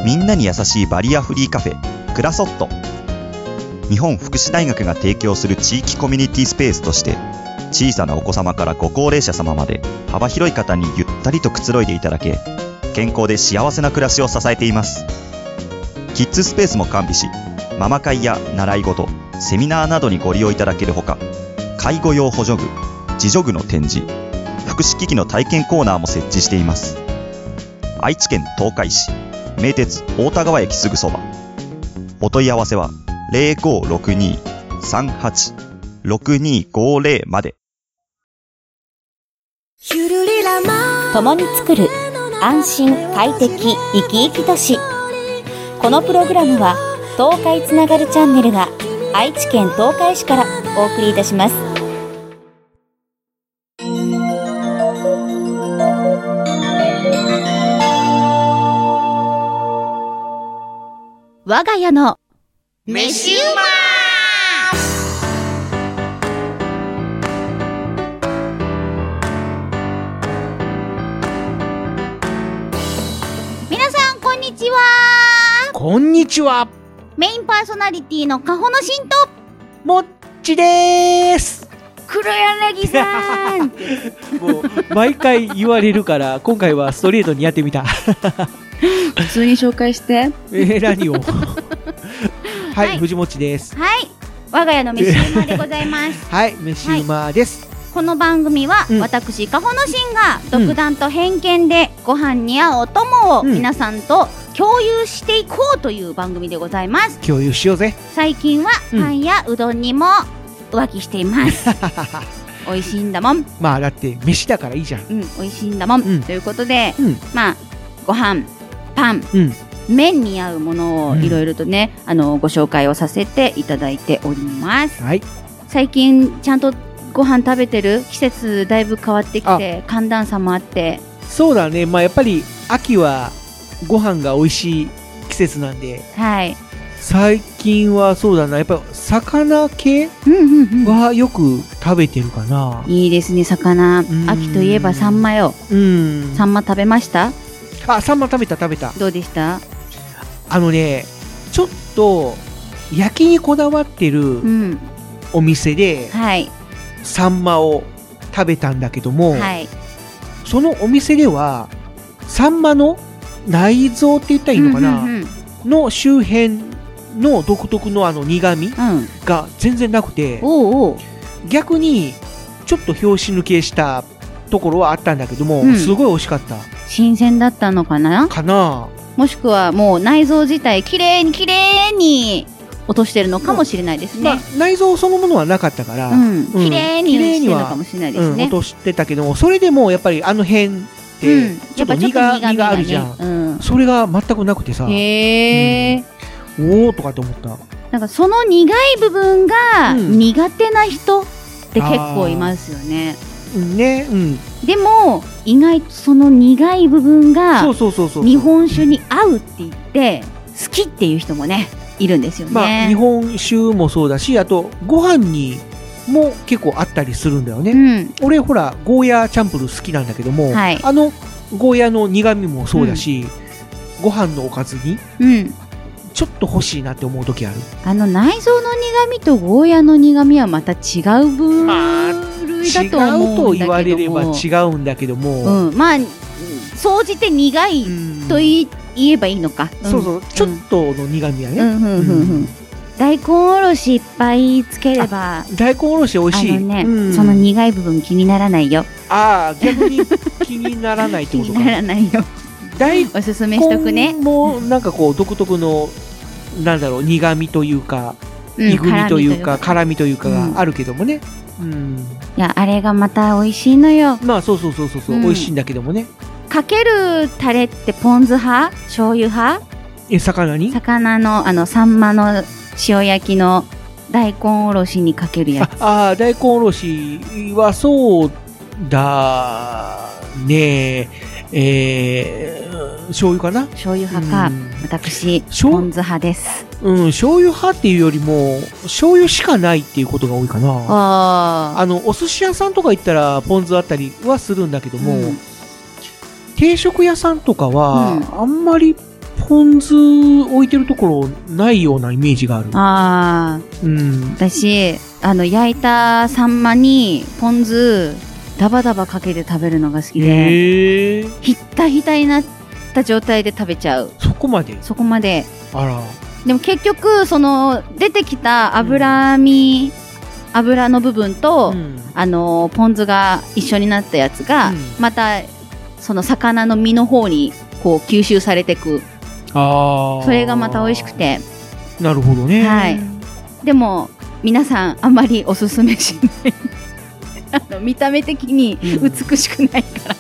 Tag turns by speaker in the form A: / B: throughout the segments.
A: みんなに優しいバリアフリーカフェクラソット。日本福祉大学が提供する地域コミュニティスペースとして、小さなお子様からご高齢者様まで幅広い方にゆったりとくつろいでいただけ、健康で幸せな暮らしを支えています。キッズスペースも完備し、ママ会や習い事、セミナーなどにご利用いただけるほか、介護用補助具、自助具の展示、福祉機器の体験コーナーも設置しています。愛知県東海市、名鉄大田川駅すぐそば。お問い合わせは0562-38-6250まで。
B: 共に作る安心快適生き生き都市。このプログラムは東海つながるチャンネルが愛知県東海市からお送りいたします。我が家の
C: 飯うま
B: 皆さんこんにちは。
D: こんにちは。
B: メインパーソナリティのかほのしんと
D: もっちでーす。
B: 黒柳さん
D: もう毎回言われるから今回はストレートにやってみた。
C: 普通に紹介して
D: 何をはい、藤もちです。
B: はい、我が家の飯うまでございます
D: はい、飯うまです、
B: この番組は、私かほのしんが独断と偏見でご飯に合うお供を皆さんと共有していこうという番組でございます。
D: 共有しようぜ。
B: 最近はパンやうどんにも浮気しています、美味しいんだもん。
D: まあだって飯だからいいじゃん。
B: 美味しいんだもん、ということで、まあご飯、パン、麺に合うものをいろいろとね、ご紹介をさせていただいております、はい、最近ちゃんとご飯食べてる？季節だいぶ変わってきて寒暖差もあって。そうだね、
D: まあやっぱり秋はご飯が美味しい季節なんで、はい、最近はそうだな、やっぱ魚系はよく食べてるかな。
B: いいですね、魚。秋といえばサンマよ。サンマ食べました？
D: サンマ食べた。
B: どうでした？
D: ちょっと焼きにこだわってるお店で、サンマを食べたんだけども、そのお店ではサンマの内臓って言ったらいいのかな、の周辺の独特の苦味が全然なくて、逆にちょっと拍子抜けしたところはあったんだけども、すごい美味しかった。
B: 新鮮だったのかな。もしくはもう内臓自体きれいに落としてるのかもしれないですね。
D: 内臓そのものはなかったから、
B: きれいにしてるのかもしれないですね。
D: 落としてたけども、それでもやっぱり辺ってちょっと苦味があるじゃん、それが全くなくてさ、おーとかと思った。
B: なんかその苦い部分が苦手な人って結構いますよね。でも意外とその苦い部分が日本酒に合うって言って好きっていう人もねいるんですよね。
D: 日本酒もそうだし、あとご飯にも結構あったりするんだよね、俺ほらゴーヤーチャンプルー好きなんだけども、ゴーヤーの苦味もそうだし、ご飯のおかずにちょっと欲しいなって思う時ある。
B: 内臓の苦味とゴーヤーの苦味はまた違う部類だと思うんだけども、
D: 違うと言われれば違うんだけども、
B: まあ総じて苦いと言えばいいのか。
D: ちょっとの苦味はね。
B: 大根おろしいっぱいつければ、
D: 大根おろし美味しい。
B: その苦い部分気にならないよ。
D: 逆に気にならないってことか。
B: 気にならないよ。おすすめしとくね。
D: もうなんかこう独特のなんだろう、苦味というか、いぐみというか辛みというかがあるけどもね。
B: いや、あれがまた美味しいのよ。
D: そう、美味しいんだけどもね。
B: かけるタレってポン酢派？醤油派？
D: 魚
B: のサンマの塩焼きの大根おろしにかけるやつ。
D: 大根おろしはそうだね。醤油かな。
B: 醤油派か。私ポン酢派です。
D: 醤油派っていうよりも醤油しかないっていうことが多いかな。お寿司屋さんとか行ったらポン酢あったりはするんだけども、定食屋さんとかはあんまりポン酢置いてるところないようなイメージがある。
B: 私、焼いたサンマにポン酢、ダバダバかけて食べるのが好きで、ひったひたになった状態で食べちゃう。
D: そこまで
B: あら。でも結局、出てきた油の部分と、ポン酢が一緒になったやつが、また、その魚の身の方に、こう、吸収されていく。それがまた美味しくて。
D: なるほどね。
B: はい。でも、皆さん、あんまりおすすめしない。見た目的に美しくないから。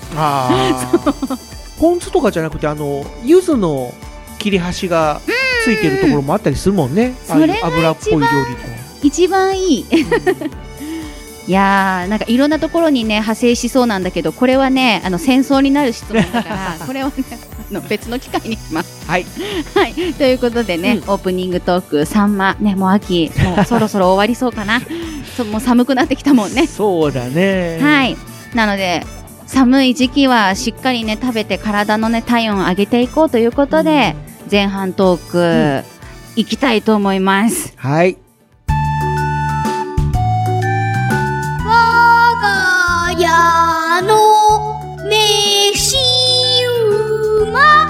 D: ポン酢とかじゃなくて、柚子の切れ端がついてるところもあったりするもんね。
B: それが
D: 油っぽい料理と。
B: 一番いい。いやー、なんかいろんなところにね、派生しそうなんだけど、これはね、戦争になる質問だから、これはね、別の機会にします。
D: はい。
B: はい。ということでね、オープニングトーク、サンマ、ね、もう秋、もうそろそろ終わりそうかな。もう寒くなってきたもんね。
D: そうだね。
B: はい。なので、寒い時期はしっかりね、食べて体のね、体温を上げていこうということで、前半トーク、いきたいと思います。
D: はい。
C: 我が家の飯うま。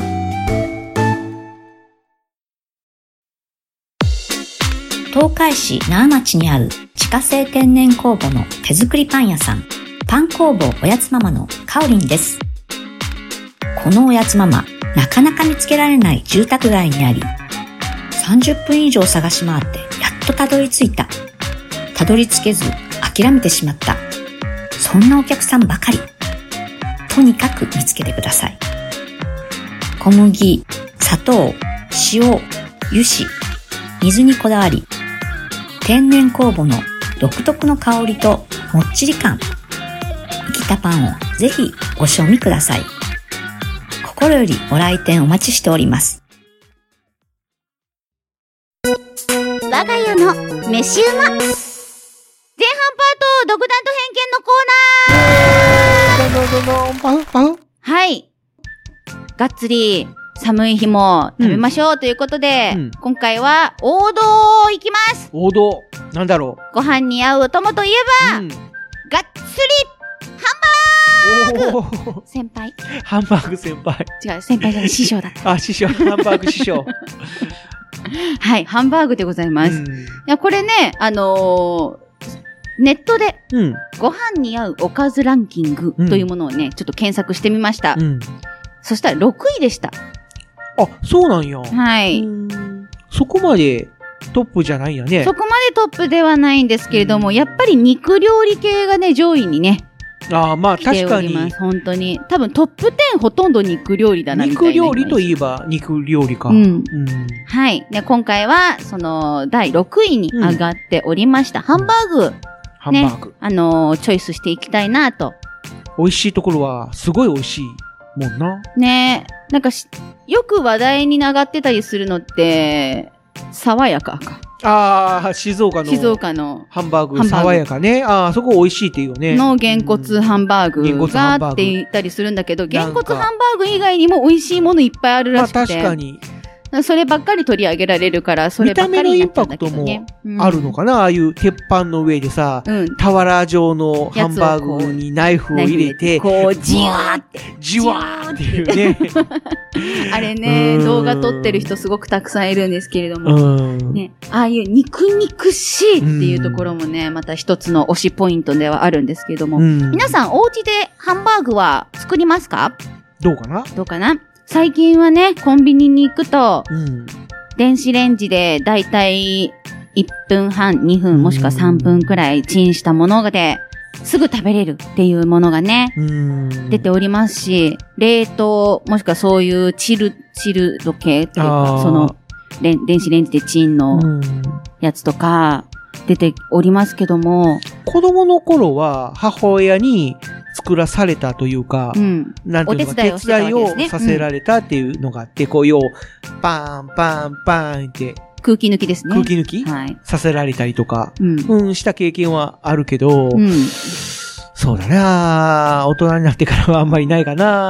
E: 東海市那覇町にある自家製天然酵母の手作りパン屋さん、パン工房おやつママのかおりんです。このおやつママ、なかなか見つけられない住宅街にあり、30分以上探し回ってやっとたどり着いた。たどり着けず諦めてしまった。そんなお客さんばかり。とにかく見つけてください。小麦、砂糖、塩、油脂、水にこだわり、天然酵母の独特の香りともっちり感。生きたパンをぜひご賞味ください。心よりご来店お待ちしております。
C: 我が家の飯うま。前半パート、独断と偏見のコーナー。
B: はい。がっつり寒い日も食べましょうということで、今回は王道をいきます。
D: 王道なんだろ
B: う。ご飯に合うお供といえば、がっつりハンバーグ先輩。
D: ハンバーグ先輩。
B: 違う、先輩じゃない、師匠だった。
D: 師匠、ハンバーグ師匠。
B: はい、ハンバーグでございます。いや、これね、ネットで、ご飯に合うおかずランキングというものをね、ちょっと検索してみました。そしたら6位でした。
D: あ、そうなんや。
B: はい。
D: そこまでトップじゃないんやね。
B: そこまでトップではないんですけれども、やっぱり肉料理系がね、上位にね。
D: まあ確かに。
B: 本当に。多分トップ10ほとんど肉料理だなみたいな。
D: 肉料理といえば肉料理か。
B: はい。で、今回は、第6位に上がっておりました。ハンバーグ。
D: ハンバーグ。
B: チョイスしていきたいなと。
D: 美味しいところは、すごい美味しいもんな。
B: ねえ。なんかよく話題に上がってたりするのって、爽やかか。
D: 静岡
B: の
D: ハンバーグ爽やかね。そこ美味しいって言うよね。
B: のげんこつハンバーグがって言ったりするんだけど、げんこつハンバーグ以外にも美味しいものいっぱいあるらしくて。
D: 確かに。
B: そればっかり取り上げられるから、そればっかりになっちゃうんだけどね。
D: 見た目のインパクトもあるのかな、ああいう鉄板の上でさ、俵状のハンバーグにナイフを入れて、
B: こう、じわーって。
D: じわーっていうね。
B: あれね、動画撮ってる人すごくたくさんいるんですけれども、ね、ああいう肉々しいっていうところもね、また一つの推しポイントではあるんですけれども、皆さんお家でハンバーグは作りますか？
D: どうかな
B: 最近はね、コンビニに行くと、電子レンジでだいたい1分半、2分もしくは3分くらいチンしたもので、すぐ食べれるっていうものがね、出ておりますし、冷凍、もしくはそういうチルド系っていうか、電子レンジでチンのやつとか、出ておりますけども。
D: 子供の頃は母親に作らされたというか、なんていうのか、手伝いをさせられたっていうのがあって、こう、パンパンパンって、
B: 空気抜きですね。
D: 空気抜き、させられたりとか、した経験はあるけど、そうだな、大人になってからはあんまりないかな。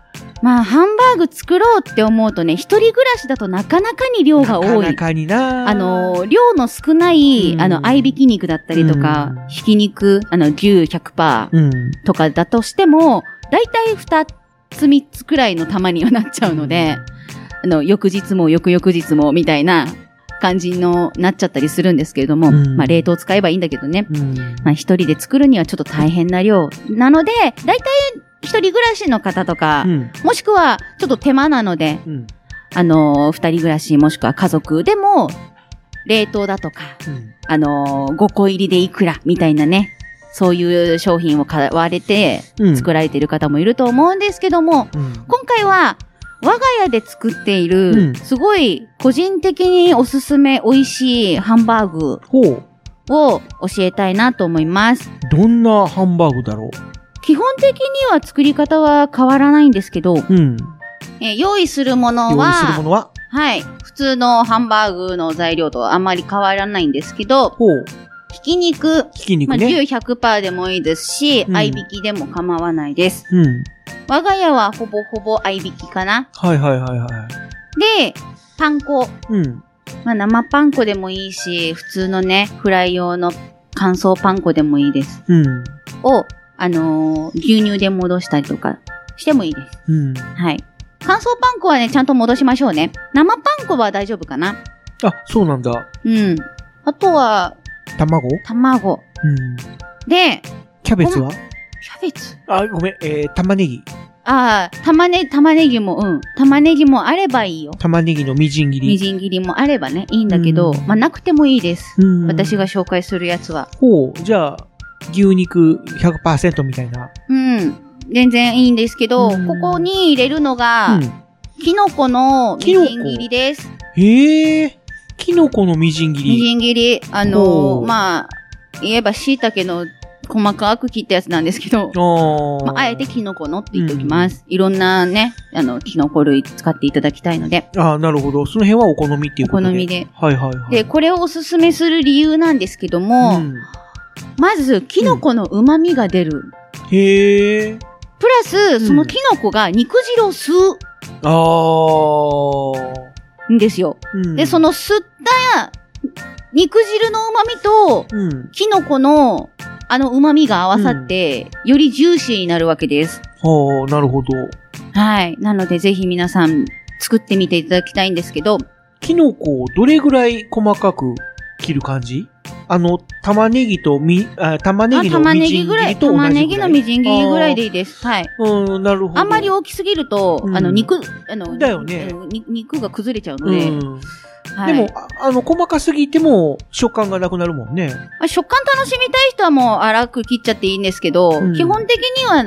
B: まあ、ハンバーグ作ろうって思うとね、一人暮らしだとなかなかに量が多い。な
D: かなかにな。
B: 量の少ない、合いびき肉だったりとか、ひき肉、牛 100% とかだとしても、だいたい2つ3つくらいの玉にはなっちゃうので、翌日も翌々日もみたいな感じのなっちゃったりするんですけれども、まあ冷凍使えばいいんだけどね。まあ一人で作るにはちょっと大変な量なので、だいたい一人暮らしの方とか、もしくはちょっと手間なので、二人暮らしもしくは家族でも、冷凍だとか、5個入りでいくらみたいなね、そういう商品を買われて作られている方もいると思うんですけども、今回は我が家で作っている、すごい個人的におすすめ美味しいハンバーグを教えたいなと思います。
D: どんなハンバーグだろう？
B: 基本的には作り方は変わらないんですけど、用意するものは、はい、普通のハンバーグの材料とあまり変わらないんですけど、ひき肉ね、まあ、牛 100% でもいいですし、合いびきでも構わないです。我が家はほぼほぼ合いびきかな。で、パン粉。まあ、生パン粉でもいいし、普通のね、フライ用の乾燥パン粉でもいいです。を、牛乳で戻したりとかしてもいいです。はい。乾燥パン粉はね、ちゃんと戻しましょうね。生パン粉は大丈夫かな？
D: あ、そうなんだ。
B: あとは、卵。で、
D: キャベツは？
B: キャベツ？
D: あ、ごめん、玉ねぎ。
B: 玉ねぎも、玉ねぎもあればいいよ。
D: 玉ねぎのみじん切り。
B: みじん切りもあればね、いいんだけど、まあ、なくてもいいです。私が紹介するやつは。
D: じゃあ、牛肉 100% みたいな。
B: 全然いいんですけど、ここに入れるのが、キノコのみじん切りです。
D: キノコのみじん切り。
B: みじん切り。まあ、言えば椎茸の細かく切ったやつなんですけど、まあ、あえてキノコのって言っておきます。いろんなね、キノコ類使っていただきたいので。
D: なるほど。その辺はお好みっていうことで。
B: お好みで。
D: はい。
B: で、これをおすすめする理由なんですけども、まず、キノコの旨味が出る。プラス、そのキノコが肉汁を吸う。んですよ。で、その吸った肉汁の旨味と、キノコの旨味が合わさって、よりジューシーになるわけです。
D: なるほど。
B: はい。なので、ぜひ皆さん、作ってみていただきたいんですけど。
D: キノコをどれぐらい細かく切る感じ？玉ねぎのみじん切りと同じぐらい。
B: 玉ねぎのみじん切りぐらいでいいです。はい。
D: なるほど。
B: あんまり大きすぎると、肉、
D: だよね。
B: 肉が崩れちゃうので。
D: でも、細かすぎても食感がなくなるもんね。
B: 食感楽しみたい人はもう粗く切っちゃっていいんですけど、基本的には、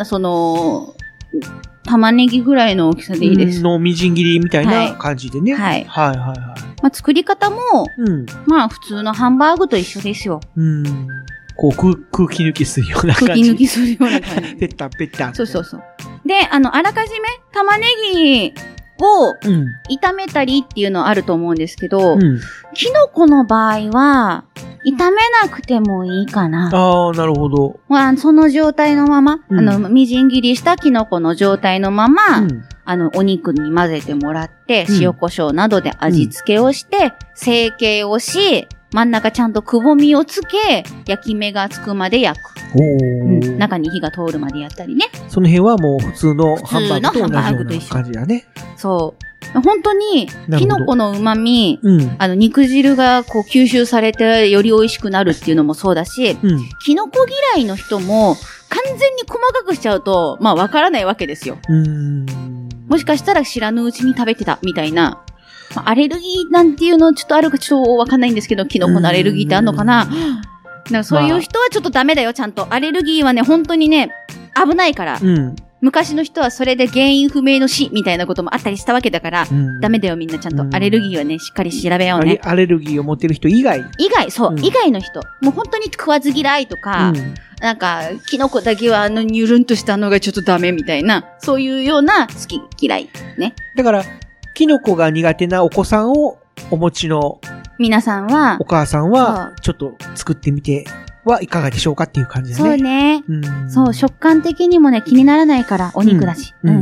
B: 玉ねぎぐらいの大きさでいいです。
D: のみじん切りみたいな感じでね。はい。
B: まあ、作り方も、まあ、普通のハンバーグと一緒ですよ。
D: こう、空気抜きするような感じ。
B: 空気抜きするような感じ。
D: ペッタペッタ。
B: そう。で、あらかじめ、玉ねぎを炒めたりっていうのはあると思うんですけど、キノコの場合は、炒めなくてもいいかな。
D: なるほど。
B: その状態のまま、みじん切りしたキノコの状態のまま、お肉に混ぜてもらって、塩コショウなどで味付けをして、成形をし、真ん中ちゃんとくぼみをつけ、焼き目がつくまで焼く。中に火が通るまでやったりね。
D: その辺はもう普通のハンバーグと同じような感じだね。
B: そう。本当に、キノコの旨味、肉汁がこう吸収されてより美味しくなるっていうのもそうだし、キノコ嫌いの人も完全に細かくしちゃうと、まあわからないわけですよ。もしかしたら知らぬうちに食べてたみたいな。アレルギーなんていうのちょっとあるかちょっとわかんないんですけど、キノコのアレルギーってあんのかな？そういう人はちょっとダメだよ、ちゃんと。アレルギーはね、本当にね、危ないから。昔の人はそれで原因不明の死みたいなこともあったりしたわけだから、ダメだよみんなちゃんと。アレルギーはね、しっかり調べようね。
D: アレルギーを持ってる人以外？
B: そう、以外の人。もう本当に食わず嫌いとか、なんか、キノコだけはニュルンとしたのがちょっとダメみたいな、そういうような好き嫌い。ね。
D: だから、キノコが苦手なお子さんをお持ちの
B: 皆さんは、
D: お母さんは、ちょっと作ってみてはいかがでしょうかっていう感じだね。
B: そうね。そう、食感的にもね、気にならないから、お肉だし。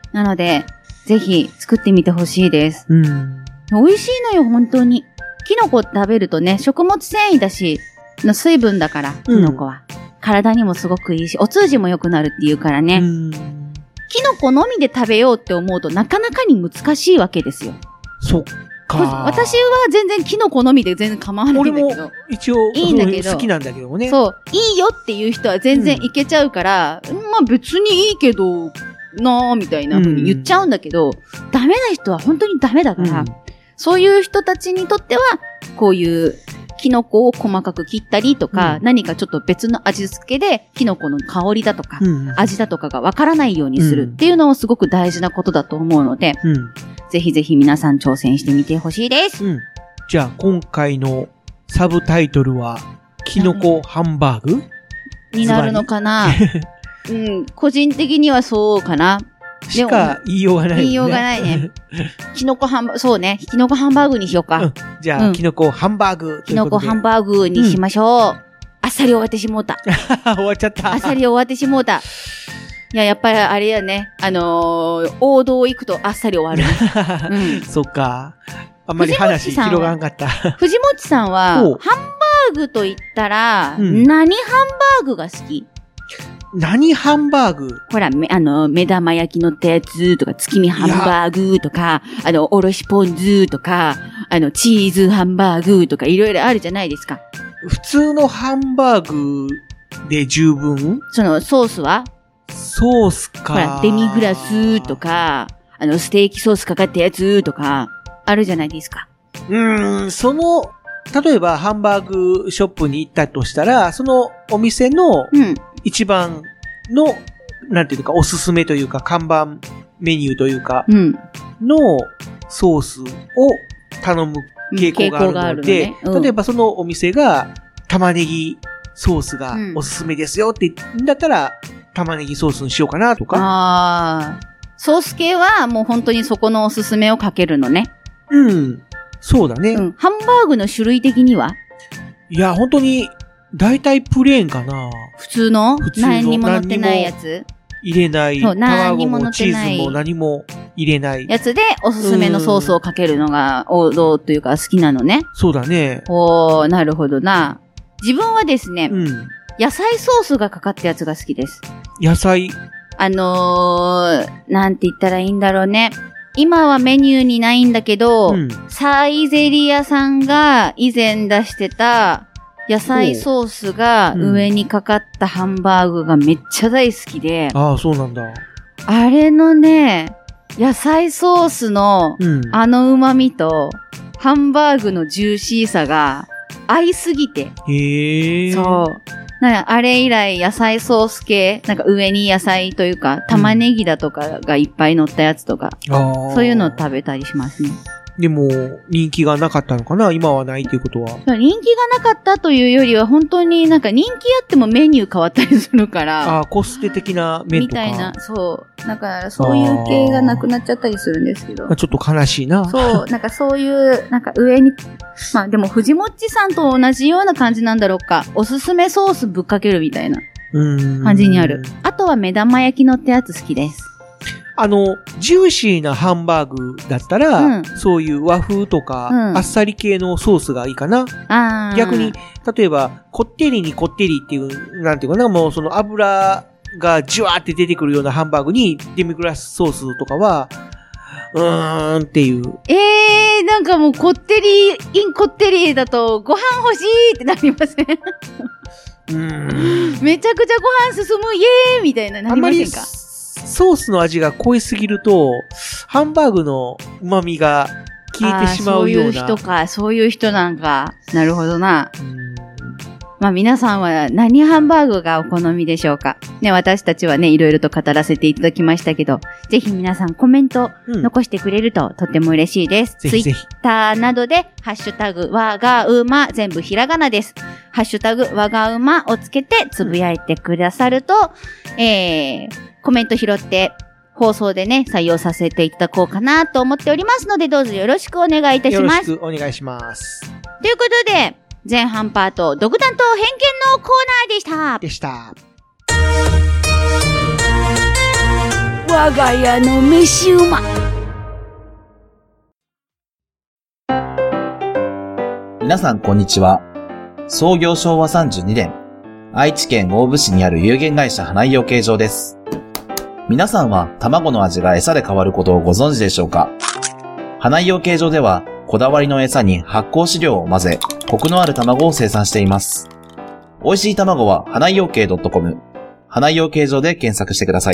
B: なので、ぜひ作ってみてほしいです。美味しいのよ、本当に。キノコ食べるとね、食物繊維だし、の水分だから、キノコは。体にもすごくいいし、お通じも良くなるって言うからね。キノコのみで食べようって思うとなかなかに難しいわけですよ。
D: そっか。
B: 私は全然キノコのみで全然構わないんだけど。
D: 俺も一応いいんだけど好きなんだけどもね。
B: そう。いいよっていう人は全然いけちゃうから、まあ別にいいけど、なぁ、みたいな風に言っちゃうんだけど、ダメな人は本当にダメだから、そういう人たちにとっては、こういうキノコを細かく切ったりとか、何かちょっと別の味付けで、キノコの香りだとか、味だとかがわからないようにするっていうのもすごく大事なことだと思うので、ぜひぜひ皆さん挑戦してみてほしいです。
D: じゃあ今回のサブタイトルは、キノコハンバーグ
B: になるのかな個人的にはそうかな。
D: しか言いようがないね。
B: 言いようがないね。キノコハンバーグ、そうね。キノコハンバーグにしようか。
D: じゃあ、キノコハンバーグ。
B: キノコハンバーグにしましょう。あっさり終わってしもうた。
D: 終わっちゃった。
B: あっさり終わってしもうた。いや、やっぱりあれやね。王道行くとあっさり終わる。
D: そっか。あんまり話広がらんかった。
B: 藤本さんは、ハンバーグと言ったら、何ハンバーグが好き？
D: 何ハンバーグ？
B: ほら、目玉焼きのったやつとか、月見ハンバーグとか、おろしポン酢とか、チーズハンバーグとか、いろいろあるじゃないですか。
D: 普通のハンバーグで十分？
B: その、ソースは？
D: ソースか。
B: ほら、デミグラスとか、ステーキソースかかったやつとか、あるじゃないですか。
D: 例えばハンバーグショップに行ったとしたら、そのお店の、一番の、なんていうか、おすすめというか、看板メニューというか、のソースを頼む傾向があるので、例えばそのお店が玉ねぎソースがおすすめですよって言うんだったら、玉ねぎソースにしようかなとか。
B: ソース系はもう本当にそこのおすすめをかけるのね。
D: そうだね。
B: ハンバーグの種類的には？
D: いや、本当に、大体プレーンかな。
B: 普通の何にも乗ってないやつ
D: 入れない。卵もチーズも何も入れない。
B: やつでおすすめのソースをかけるのが王道というか好きなのね。
D: そうだね。
B: なるほどな。自分はですね、野菜ソースがかかったやつが好きです。
D: 野菜？
B: なんて言ったらいいんだろうね。今はメニューにないんだけど、サイゼリヤさんが以前出してた野菜ソースが上にかかったハンバーグがめっちゃ大好きで。
D: そうなんだ。
B: あれのね、野菜ソースの旨味とハンバーグのジューシーさが合いすぎて。そう。あれ以来野菜ソース系、なんか上に野菜というか玉ねぎだとかがいっぱい乗ったやつとか、そういうのを食べたりしますね。
D: でも、人気がなかったのかな？今はないということは。
B: 人気がなかったというよりは、本当になんか人気あってもメニュー変わったりするから。
D: コステ的な面とか。
B: みたいな、そう。だから、そういう系がなくなっちゃったりするんですけど。
D: ちょっと悲しいな。
B: そう。なんかそういう、なんか上に、まあでも、藤もっちさんと同じような感じなんだろうか。おすすめソースぶっかけるみたいな感じにある。あとは目玉焼きのってやつ好きです。
D: ジューシーなハンバーグだったら、そういう和風とか、あっさり系のソースがいいかな。逆に、例えば、こってりにこってりっていう、なんていうかな、もうその油がジュワーって出てくるようなハンバーグに、デミグラスソースとかは、っていう。
B: なんかもうこってり、こってりだと、ご飯欲しいってなりません？めちゃくちゃご飯進む、イエーイみたいななりませんか？
D: ソースの味が濃いすぎると、ハンバーグの旨味が効いてしまうような。
B: そういう人なんか。なるほどな。まあ皆さんは何ハンバーグがお好みでしょうか。ね、私たちはね、いろいろと語らせていただきましたけど、ぜひ皆さんコメント残してくれるととっても嬉しいです。
D: ぜひぜひ。
B: ツイッターなどで、ハッシュタグ、わがうま、全部ひらがなです。ハッシュタグ、わがうまをつけてつぶやいてくださると、コメント拾って、放送でね、採用させていただこうかなと思っておりますので、どうぞよろしくお願いいたします。
D: よろしくお願いします。
B: ということで、前半パート、独断と偏見のコーナーでした。 我が家の飯うま。
F: 皆さんこんにちは。創業昭和32年、愛知県大府市にある有限会社花井養鶏場です。皆さんは卵の味が餌で変わることをご存知でしょうか？花井養鶏場では、こだわりの餌に発酵飼料を混ぜ、コクのある卵を生産しています。美味しい卵は花井養鶏 .com、花井養鶏場で検索してください。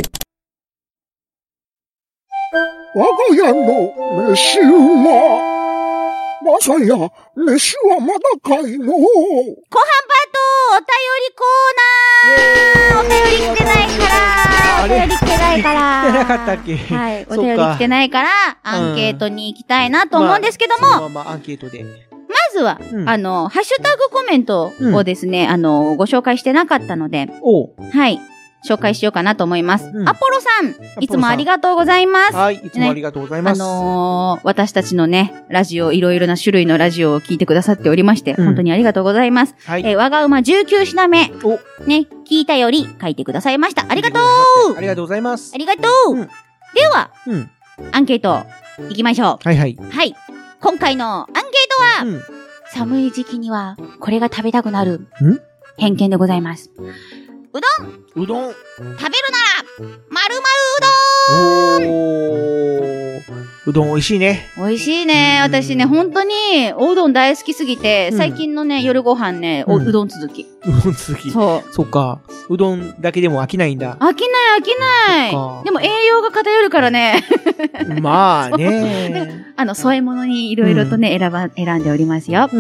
G: 我が家の飯うま。我が家、飯はまだかいの。後半パート、
B: お便りコーナー。お便り来てないから。お便り来てないから。
D: 来てなかったっけ？
B: はい。お便り来てないから、アンケートに行きたいなと思うんですけども。
D: まあアンケートで。
B: まずは、ハッシュタグコメントをですね、ご紹介してなかったので、はい。紹介しようかなと思います。アポロさん、いつもありがとうございます。
D: はい、いつもありがとうございます。
B: 私たちのね、ラジオ、いろいろな種類のラジオを聞いてくださっておりまして、本当にありがとうございます。はい。我が馬19品目、ね、聞いたより書いてくださいました。ありがとう。
D: ありがとうございます。
B: ありがとう。では、アンケート、行きましょう。
D: はいはい。
B: はい。今回のアンケートは、寒い時期には、これが食べたくなる、偏見でございます。うどん食べるなら、〇〇
D: うどん美味しいね。
B: 美味しいね。私ね、本当に、おうどん大好きすぎて、最近のね、夜ご飯ね、うどん続き。
D: うどん続き。そう。そっか。うどんだけでも飽きないんだ。
B: 飽きない。でも栄養が偏るからね。
D: まあね。
B: 添え物にいろいろとね、選んでおりますよ。はい。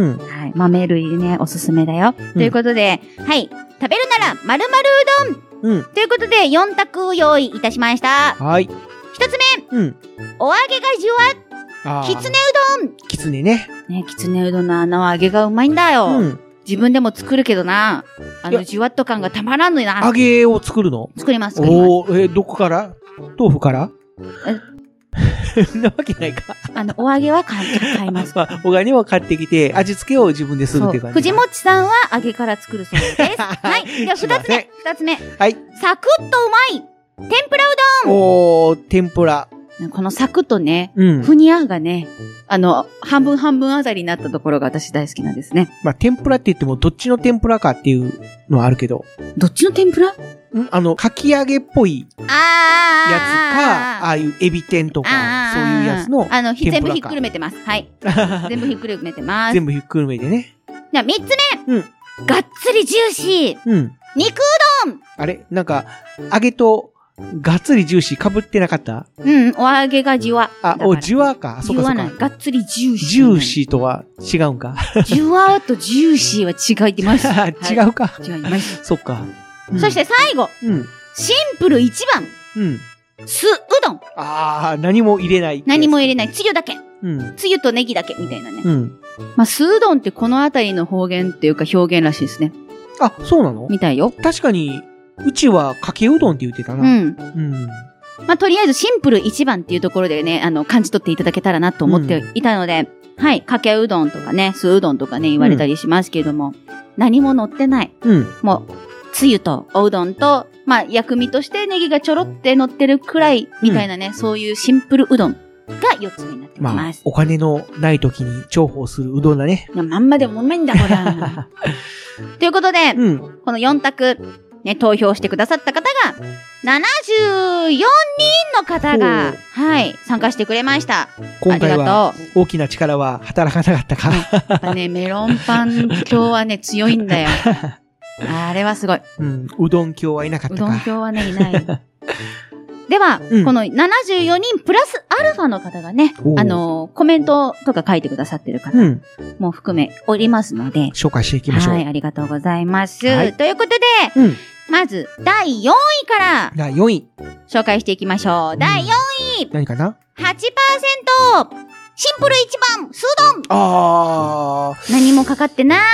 B: 豆類ね、おすすめだよ。ということで、はい。食べるなら、〇〇うどん。ということで、4択用意いたしました。
D: はい。
B: 一つ目。お揚げがじゅわ。きつねうどん。
D: きつねね。
B: ね、きつねうどんの揚げがうまいんだよ。自分でも作るけどな。じゅわっと感がたまらんのよな。
D: 揚げを作るの？
B: 作ります。
D: どこから？豆腐から？なわけないか。
B: お揚げは買います。
D: お揚げは買ってきて、味付けを自分でするって感じ。
B: 藤本さんは揚げから作るそうです。はい。では、二つ目。はい。サクッとうまい天ぷらう
D: どん。天ぷら。
B: このサクッとね、ふにゃがね、半分あたりになったところが私大好きなんですね。
D: まあ、天ぷらって言っても、どっちの天ぷらかっていうのはあるけど。
B: どっちの天ぷら？
D: かき揚げっぽいやつか、ああいうエビ天とか、そういうやつの天ぷらか。
B: 全部ひっくるめてます。はい。全部ひっくるめてます。
D: 全部ひっくるめてね。
B: じゃあ、3つ目。がっつりジューシー。肉うどん。
D: あれなんか、揚げと、がっつりジューシー被ってなかった？
B: お揚げがじわ。
D: じわか。そうかそうか。
B: がっつりジューシー。
D: ジューシーとは違うんか。
B: じわとジューシーは違います。
D: 違うか。
B: 違います。
D: そっか。
B: そして最後。シンプル一番。酢うどん。
D: 何も入れない。
B: 何も入れない。つゆだけ。つゆとネギだけみたいなね。まあ、酢うどんってこのあたりの方言っていうか表現らしいですね。
D: あ、そうなの？
B: みたいよ。
D: 確かに、うちはかけうどんって言ってたな。
B: まあ、とりあえずシンプル一番っていうところでね、感じ取っていただけたらなと思っていたので、はい、かけうどんとかね、酢うどんとかね、言われたりしますけれども、何も乗ってない。もう、つゆとおうどんと、まあ、薬味としてネギがちょろって乗ってるくらい、みたいなね、そういうシンプルうどんが4つ目になってきます。
D: お金のない時に重宝するうどんだね。
B: まんまでもうまいんだ、これ。ということで、この4択、ね、投票してくださった方が、74人の方が、はい、参加してくれました。
D: 今回は、大きな力は働かなかったか。
B: やっぱね、メロンパン今日はね、強いんだよ。あれはすごい。
D: うどん教はいなかったか。
B: うどん教はね、いない。では、この74人プラスアルファの方がね、コメントとか書いてくださってる方も含めおりますので、
D: 紹介していきましょう。
B: はい、ありがとうございます。ということで、まず、第4位から、
D: 第4位。
B: 紹介していきましょう。第4位。
D: 何かな？
B: 8%、シンプル一番、酢うどん。何もかかってない、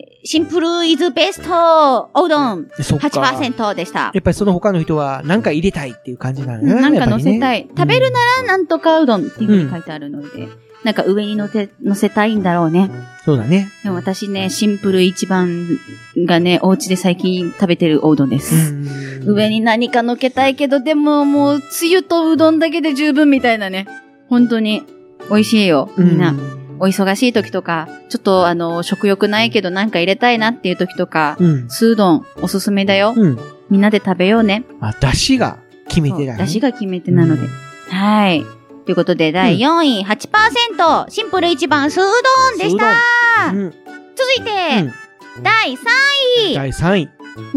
B: シンプルイズベスト、おうどん。8% でした。
D: やっぱりその他の人は、何か入れたいっていう感じなのね。
B: なんか乗せたい。食べるならなんとかうどんっていう風に書いてあるので、 なんか上に乗せたいんだろうね。
D: そうだね。
B: でも私ね、シンプル一番がね、お家で最近食べてるおうどんです。上に何か乗っけたいけど、でももう、つゆとうどんだけで十分みたいなね。本当に、美味しいよ。みんな。お忙しい時とか、ちょっと食欲ないけどなんか入れたいなっていう時とか、酢うどんおすすめだよ。みんなで食べようね。
D: 出汁が決め手だね。
B: 出汁が決め手なので。はい。ということで、第4位、8%、シンプル一番、酢うどんでした。続いて、第3位。
D: 第3位。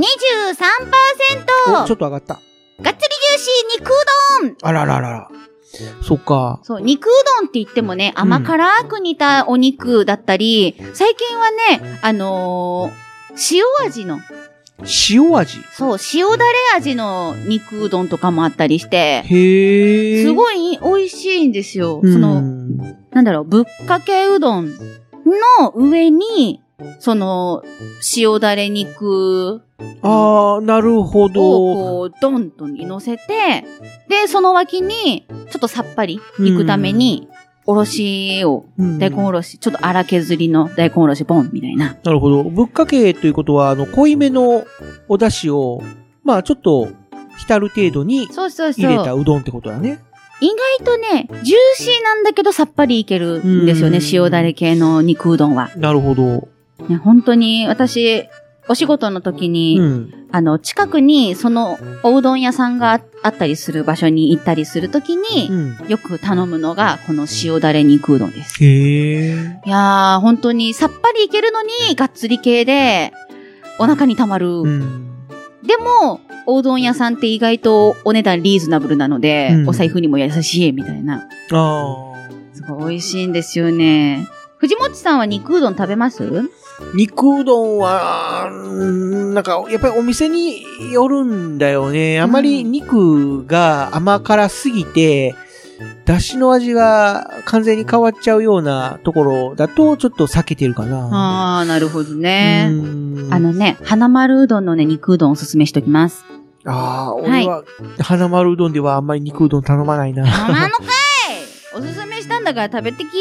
B: 23%。
D: ちょっと上がった。
B: がっつりジューシー肉うどん。
D: あらららら。そっか。
B: そう、肉うどんって言ってもね、甘辛く煮たお肉だったり、最近はね、塩味の。
D: 塩味？
B: そう、塩だれ味の肉うどんとかもあったりして。
D: へー。
B: すごい美味しいんですよ。なんだろう、ぶっかけうどんの上に、塩だれ肉。
D: なるほど。
B: をこう、ドンとに乗せて、で、その脇に、ちょっとさっぱり行くために、おろしを、大根おろし、ちょっと粗削りの大根おろしポンみたいな。
D: なるほど。ぶっかけということは、濃いめのお出汁を、まあちょっと、浸る程度に入れたうどんってことだね。
B: 意外とね、ジューシーなんだけどさっぱりいけるんですよね、塩だれ系の肉うどんは。
D: なるほど。
B: ね、本当に、私、お仕事の時に、近くにそのおうどん屋さんがあったりする場所に行ったりする時に、よく頼むのがこの塩だれ肉うどんです。
D: へー。
B: いやー、本当にさっぱりいけるのにがっつり系でお腹にたまる。でも、おうどん屋さんって意外とお値段リーズナブルなので、お財布にも優しいみたいな。すごい美味しいんですよね。藤本さんは肉うどん食べます？
D: 肉うどんは、なんか、やっぱりお店によるんだよね。あまり肉が甘辛すぎて、出汁の味が完全に変わっちゃうようなところだと、ちょっと避けてるかな。
B: なるほどね。花丸うどんのね、肉うどんおすすめしときます。
D: 俺は、花丸うどんではあんまり肉うどん頼まないな。
B: 頼まんのかいおすすめしたんだから食べてき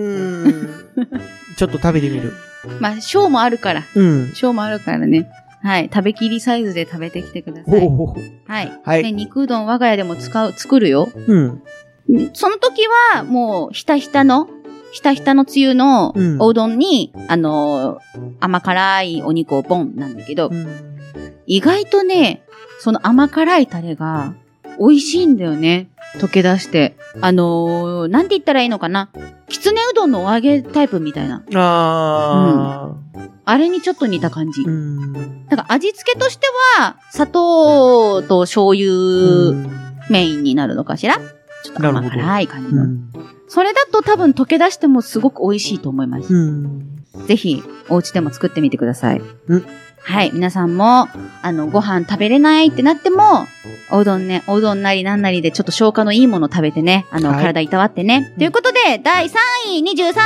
D: ちょっと食べてみる。
B: まあ、小もあるから。小もあるからね。はい。食べきりサイズで食べてきてください。はい。で、肉うどん我が家でも作るよ。その時は、もう、ひたひたのつゆのおうどんに、甘辛いお肉をボンなんだけど、意外とね、その甘辛いタレが美味しいんだよね。溶け出して。なんて言ったらいいのかな。きつねうどんのお揚げタイプみたいな。あれにちょっと似た感じ。なんか味付けとしては、砂糖と醤油メインになるのかしら？ちょっと甘辛い感じの。それだと多分溶け出してもすごく美味しいと思います。ぜひ、お家でも作ってみてください。はい。皆さんも、ご飯食べれないってなっても、おうどんなりなんなりでちょっと消化のいいもの食べてね、体いたわってね。ということで、第3位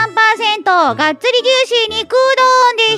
B: 23%、がっつりジューシー肉うどんでした。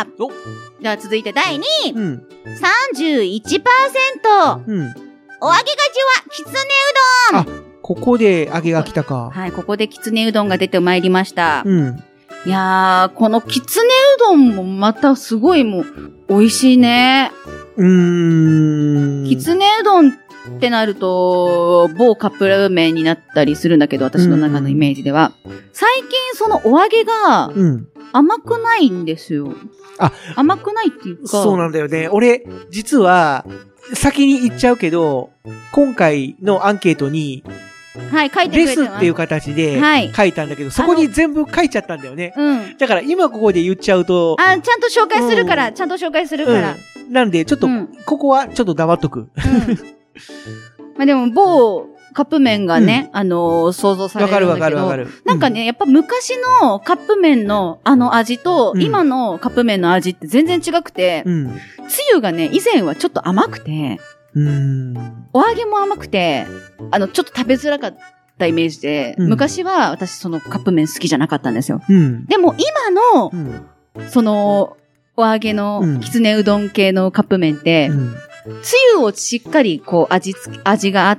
B: では続いて第2位、31%、お揚げがじゅわ、きつねうどん。
D: ここで揚げが来たか。
B: はい、ここできつねうどんが出てまいりました。いやー、このきつねうどんもまたすごいもう、美味しいね。きつねうどんってなると、某カップラーメンになったりするんだけど、私の中のイメージでは。最近そのお揚げが、甘くないんですよ。甘くないっていうか。
D: そうなんだよね。俺、実は、先に言っちゃうけど、今回のアンケートに、
B: はい、書いてくれてます。
D: レスっていう形で書いたんだけど、そこに全部書いちゃったんだよね。だから今ここで言っちゃうと。
B: ちゃんと紹介するから、
D: なんで、ちょっと、ここはちょっと黙っとく。
B: まあでも、某カップ麺がね、想像されるんだけど。わかる。なんかね、やっぱ昔のカップ麺の味と、今のカップ麺の味って全然違くて、つゆがね、以前はちょっと甘くて、お揚げも甘くて、ちょっと食べづらかったイメージで、昔は私そのカップ麺好きじゃなかったんですよ。でも今の、その、お揚げのきつねうどん系のカップ麺って、 つゆをしっかりこう味があって、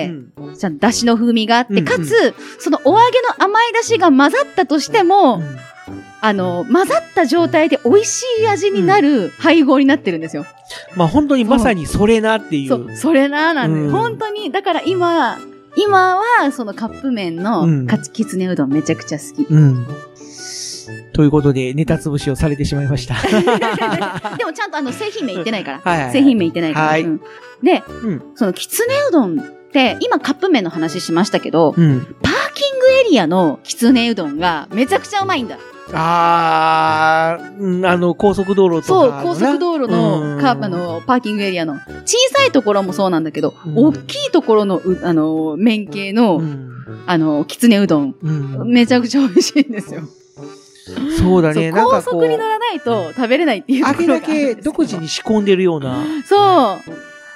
B: じゃあ出汁の風味があって、かつ、そのお揚げの甘い出汁が混ざったとしても、混ざった状態で美味しい味になる配合になってるんですよ。
D: まあ本当にまさにそれなっていう。
B: そう、それななんで、本当に、だから今はそのカップ麺のきつねうどんめちゃくちゃ好き。
D: ということで、ネタ潰しをされてしまいました。
B: でもちゃんと製品名言ってないから。製品名言ってないから。はいで、そのきつねうどんって、今カップ麺の話しましたけど、パーキングエリアのきつねうどんがめちゃくちゃうまいんだ。
D: 高速道路とか。
B: そう、高速道路のパーキングエリアの。小さいところもそうなんだけど、大きいところの、麺系の、きつねうどん、めちゃくちゃ美味しいんですよ。
D: そうだね。
B: なんか高速に乗らないと食べれないっていうところがあるんですけど。
D: 揚げだけ独自に仕込んでるような。
B: そう。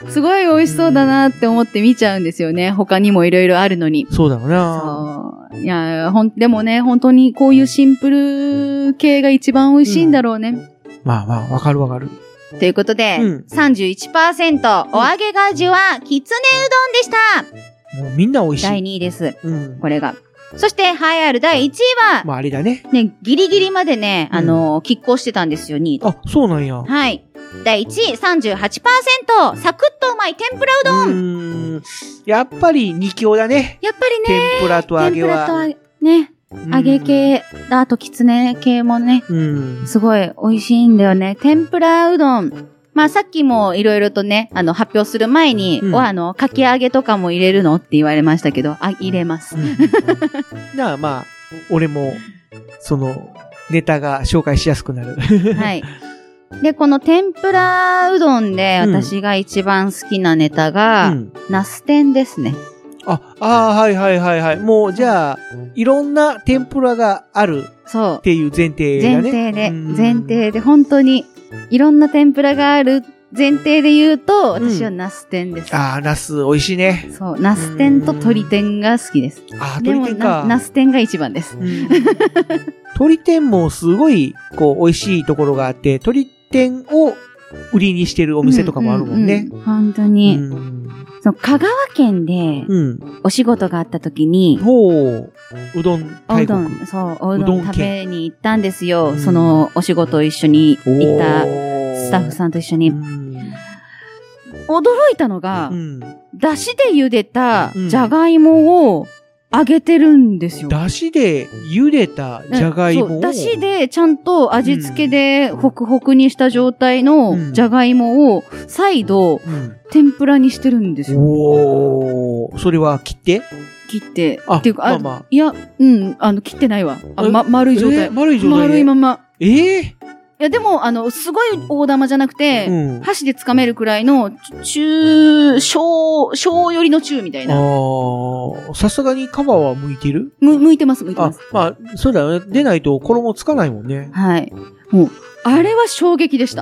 B: すごい美味しそうだなって思って見ちゃうんですよね。他にもいろいろあるのに。
D: そうだろうな。
B: そう。いや、でもね、本当にこういうシンプル系が一番美味しいんだろうね。
D: まあまあ、わかるわかる。
B: ということで、31%、お揚げが味はきつねうどんでした。
D: もうみんな美味しい。
B: 第2位です。これが。そして、栄えある第1位は、
D: まああれだね。
B: ね、ギリギリまでね、拮抗してたんですよ、2位と。
D: あ、そうなんや。
B: はい。第1位、38%、サクッとうまい天ぷらうどん。
D: やっぱり2強だね。
B: やっぱりね。
D: 天ぷらと揚げは。
B: 天ぷらとね。揚げ系、あときつね系もね。すごい美味しいんだよね。天ぷらうどん。まあさっきもいろいろとね、発表する前に、かき揚げとかも入れるのって言われましたけど、入れます。
D: まあ、俺も、ネタが紹介しやすくなる。
B: はい。で、この天ぷらうどんで私が一番好きなネタが、ナス天ですね。
D: はいはいはいはい。もうじゃあ、いろんな天ぷらがあるっていう前提だね。
B: 前提で、本当にいろんな天ぷらがある前提で言うと、私はナス天です。
D: ナス美味しいね。
B: そう、ナス天と鶏天が好きです。
D: 鶏天か。
B: ナス天が一番です。
D: 鶏天もすごい、美味しいところがあって、鶏天を売りにしてるお店とかもあるもんね。
B: 本当に。香川県で、お仕事があった時に、
D: うどん大国。
B: おうどん食べに行ったんですよ。そのお仕事を一緒に行ったスタッフさんと一緒に。驚いたのが、だしで茹でたじゃがいもを揚げてるんですよ。
D: だしで茹でたじゃがいもを、
B: だしでちゃんと味付けでホクホクにした状態のじゃがいもを再度天ぷらにしてるんですよ。
D: それは切って？
B: 切って。っていうか、いや、切ってないわ。丸い状態。
D: 丸い状態。
B: 丸いまま。
D: い
B: や、でも、すごい大玉じゃなくて、箸で掴めるくらいの、小よりの中みたいな。
D: さすがに皮は剥いてる？
B: 剥いてます。ま
D: あ、そうだよね。出ないと衣つかないもんね。
B: はい。もう、あれは衝撃でした。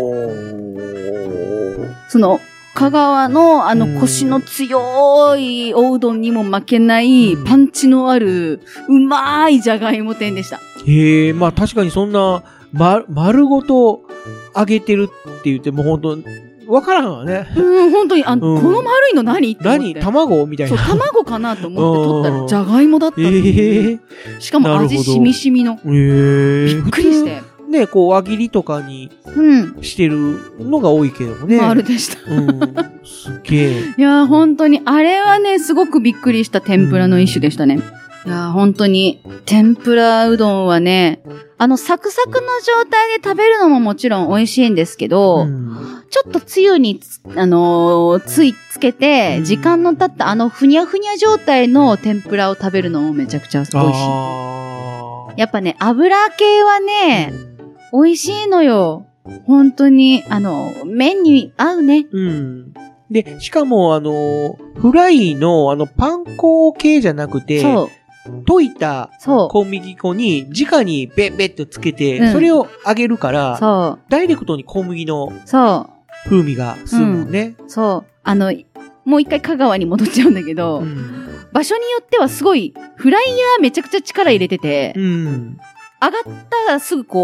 B: 香川のコシの強いおうどんにも負けないパンチのあるうまいじゃがいも天でした。
D: まあ確かにそんな丸ごと揚げてるって言っても本当わからんわね。
B: 本当にこの丸いの何
D: 卵みたいな。
B: そう、卵かなと思って取ったらじゃがいもだったんです。しかも味しみしみの。びっくりして。
D: ね、輪切りとかにしてるのが多いけどもね。
B: 丸でした。
D: すげえ。
B: いや、本当に、あれはね、すごくびっくりした天ぷらの一種でしたね。いや、本当に、天ぷらうどんはね、サクサクの状態で食べるのももちろん美味しいんですけど、ちょっとつゆにつけて、時間の経ったふにゃふにゃ状態の天ぷらを食べるのもめちゃくちゃ美味しい。やっぱね、油系はね、美味しいのよ。本当に、麺に合うね。
D: で、しかも、フライの、パン粉系じゃなくて、溶いた小麦粉に、直にベッベッとつけて、それを揚げるから、ダイレクトに小麦の風味がするもんね。
B: もう一回香川に戻っちゃうんだけど、場所によってはすごい、フライヤーめちゃくちゃ力入れてて、上がったらすぐ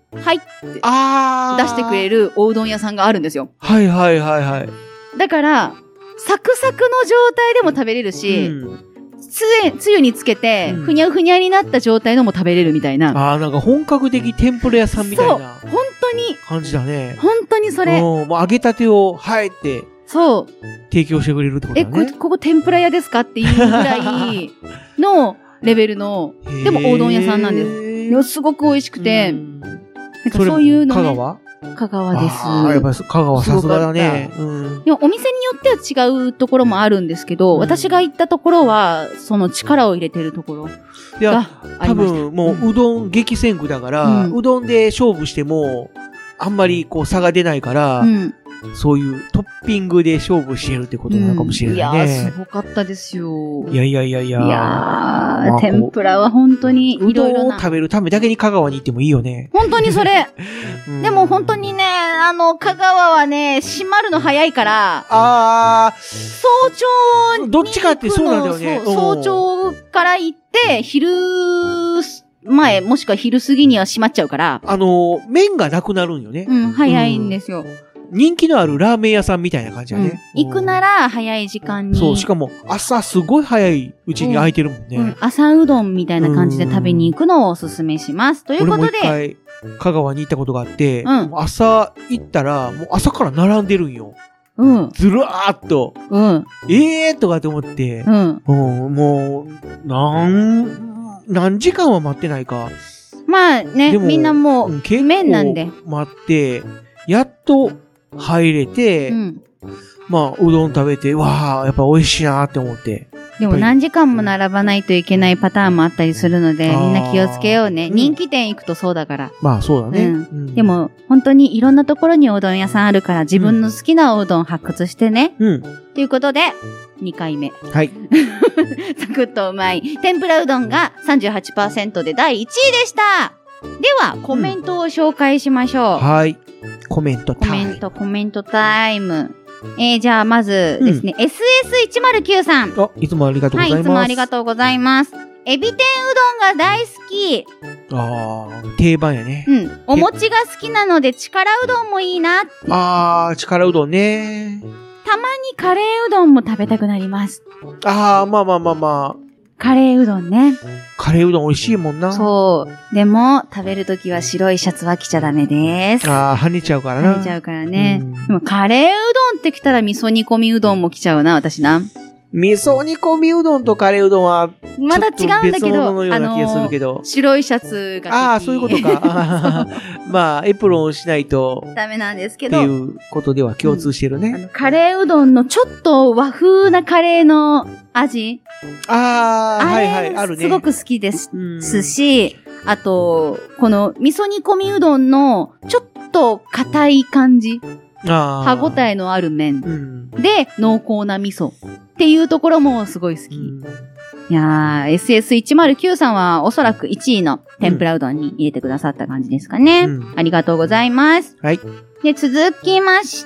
B: はいって出してくれるおうどん屋さんがあるんですよ。
D: はいはいはいはい。
B: だから、サクサクの状態でも食べれるし、つゆにつけて、ふにゃふにゃになった状態のも食べれるみたいな。
D: なんか本格的天ぷら屋さんみたいな。そう、
B: 本当に。
D: 感じだね。
B: 本当にそれ。
D: もう揚げたてを、はいって。
B: そう。
D: 提供してくれるってことだね。
B: ここ天ぷら屋ですかっていうぐらいのレベルの、でもおうどん屋さんなんです。すごく美味しくて、なんかそういうのね。香川です。
D: やっぱり香川さすがだね。
B: でもお店によっては違うところもあるんですけど、私が行ったところは、その力を入れてるところがありました。いや、
D: 多分もううどん激戦区だから、うどんで勝負しても、あんまりこう差が出ないから、そういうトッピングで勝負してるってことなのかもしれないね。
B: いやー、すごかったですよ。
D: いや。いや
B: ー、天ぷらは本当にいろいろな。
D: うどんを食べるためだけに香川に行ってもいいよね。
B: 本当にそれ。でも本当にね、香川はね、閉まるの早いから。早朝に。
D: どっちかってそうなんだよね。
B: 早朝から行って、昼前、もしくは昼過ぎには閉まっちゃうから。
D: 麺がなくなるんよね。
B: 早いんですよ。
D: 人気のあるラーメン屋さんみたいな感じだね。
B: 行くなら早い時間に。
D: そう、しかも朝すごい早いうちに空いてるもんね。
B: 朝うどんみたいな感じで食べに行くのをおすすめします。ということで。
D: 俺も一回香川に行ったことがあって、朝行ったら、もう朝から並んでるんよ。ずらーっと。とかって思って。もう、何時間は待ってないか。
B: まあね、みんなもう、麺なんで。
D: 待って、やっと入れて、まあ、うどん食べて、わー、やっぱ美味しいなーって思って。
B: でも何時間も並ばないといけないパターンもあったりするので、みんな気をつけようね。人気店行くとそうだから。
D: まあそうだね。
B: でも、本当にいろんなところにおうどん屋さんあるから、自分の好きなおうどん発掘してね。ということで、2回目。
D: はい。
B: サクッとうまい。天ぷらうどんが 38% で第1位でした。では、コメントを紹介しましょう。
D: はい。コメントタイム。
B: コメントタイム。じゃあ、まずですね、SS109 さん。
D: いつもありがとうございます。
B: はい、いつもありがとうございます。エビ天うどんが大好き。
D: 定番やね。
B: お餅が好きなので、力うどんもいいな。
D: 力うどんね。
B: たまにカレーうどんも食べたくなります。
D: まあ。
B: カレーうどんね。
D: カレーうどん美味しいもんな。
B: そう。でも、食べるときは白いシャツは着ちゃダメです。
D: 跳ねちゃうからな。
B: 跳ねちゃうからね。でも、カレーうどんって来たら味噌煮込みうどんも来ちゃうな、私な。
D: 味噌煮込みうどんとカレーうどんは、
B: まだ違うんだけ
D: ど、
B: 白いシャツが
D: そういうことか。まあ、エプロンをしないと。
B: ダメなんですけど。
D: っていうことでは共通してるね。
B: カレーうどんのちょっと和風なカレーの味。
D: あるね。
B: すごく好きですし、あと、この味噌煮込みうどんのちょっと硬い感じ。歯ごたえのある麺。で、濃厚な味噌。っていうところもすごい好き。いやー、SS109 さんはおそらく1位の天ぷらうどんに入れてくださった感じですかね。ありがとうございます。
D: はい。
B: で、続きまして、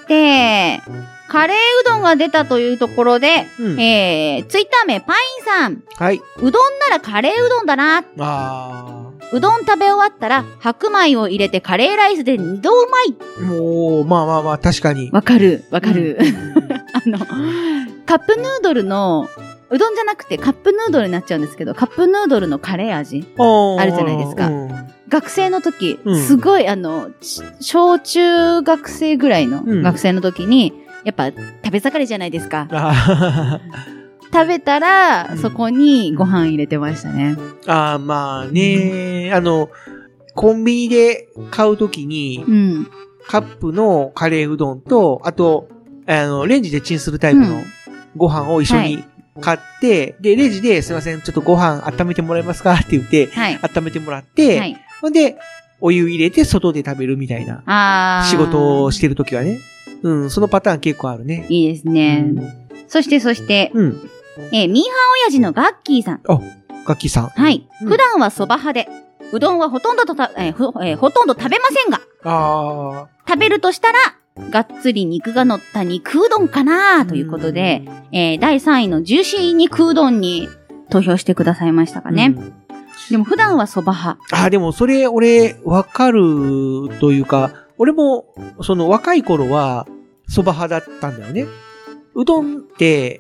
B: カレーうどんが出たというところで、ツイッター名パインさん。
D: はい。
B: うどんならカレーうどんだな。うどん食べ終わったら白米を入れてカレーライスで二度うまい。
D: もう、まあ、確かに。
B: わかる。カップヌードルの、うどんじゃなくてカップヌードルになっちゃうんですけど、カップヌードルのカレー味あるじゃないですか。学生の時、すごい小中学生ぐらいの学生の時に、やっぱ食べ盛りじゃないですか。食べたら、そこにご飯入れてましたね。
D: まあね、コンビニで買うときに、カップのカレーうどんと、あと、レンジでチンするタイプのご飯を一緒に買って、で、レジで、すいません、ちょっとご飯温めてもらえますかって言って、温めてもらって、ほんで、お湯入れて外で食べるみたいな、仕事をしてるときはね。そのパターン結構あるね。
B: いいですね。そして、ミーハー親父のガッキーさん。
D: ガッキーさん。
B: はい。普段は蕎麦派で、うどんはほとんど食べませんが、食べるとしたら、がっつり肉が乗った肉うどんかなということで、第3位のジューシー肉うどんに投票してくださいましたかね。 でも普段は蕎麦派。
D: でもそれ、俺、わかるというか、俺も、若い頃は、蕎麦派だったんだよね。うどんって、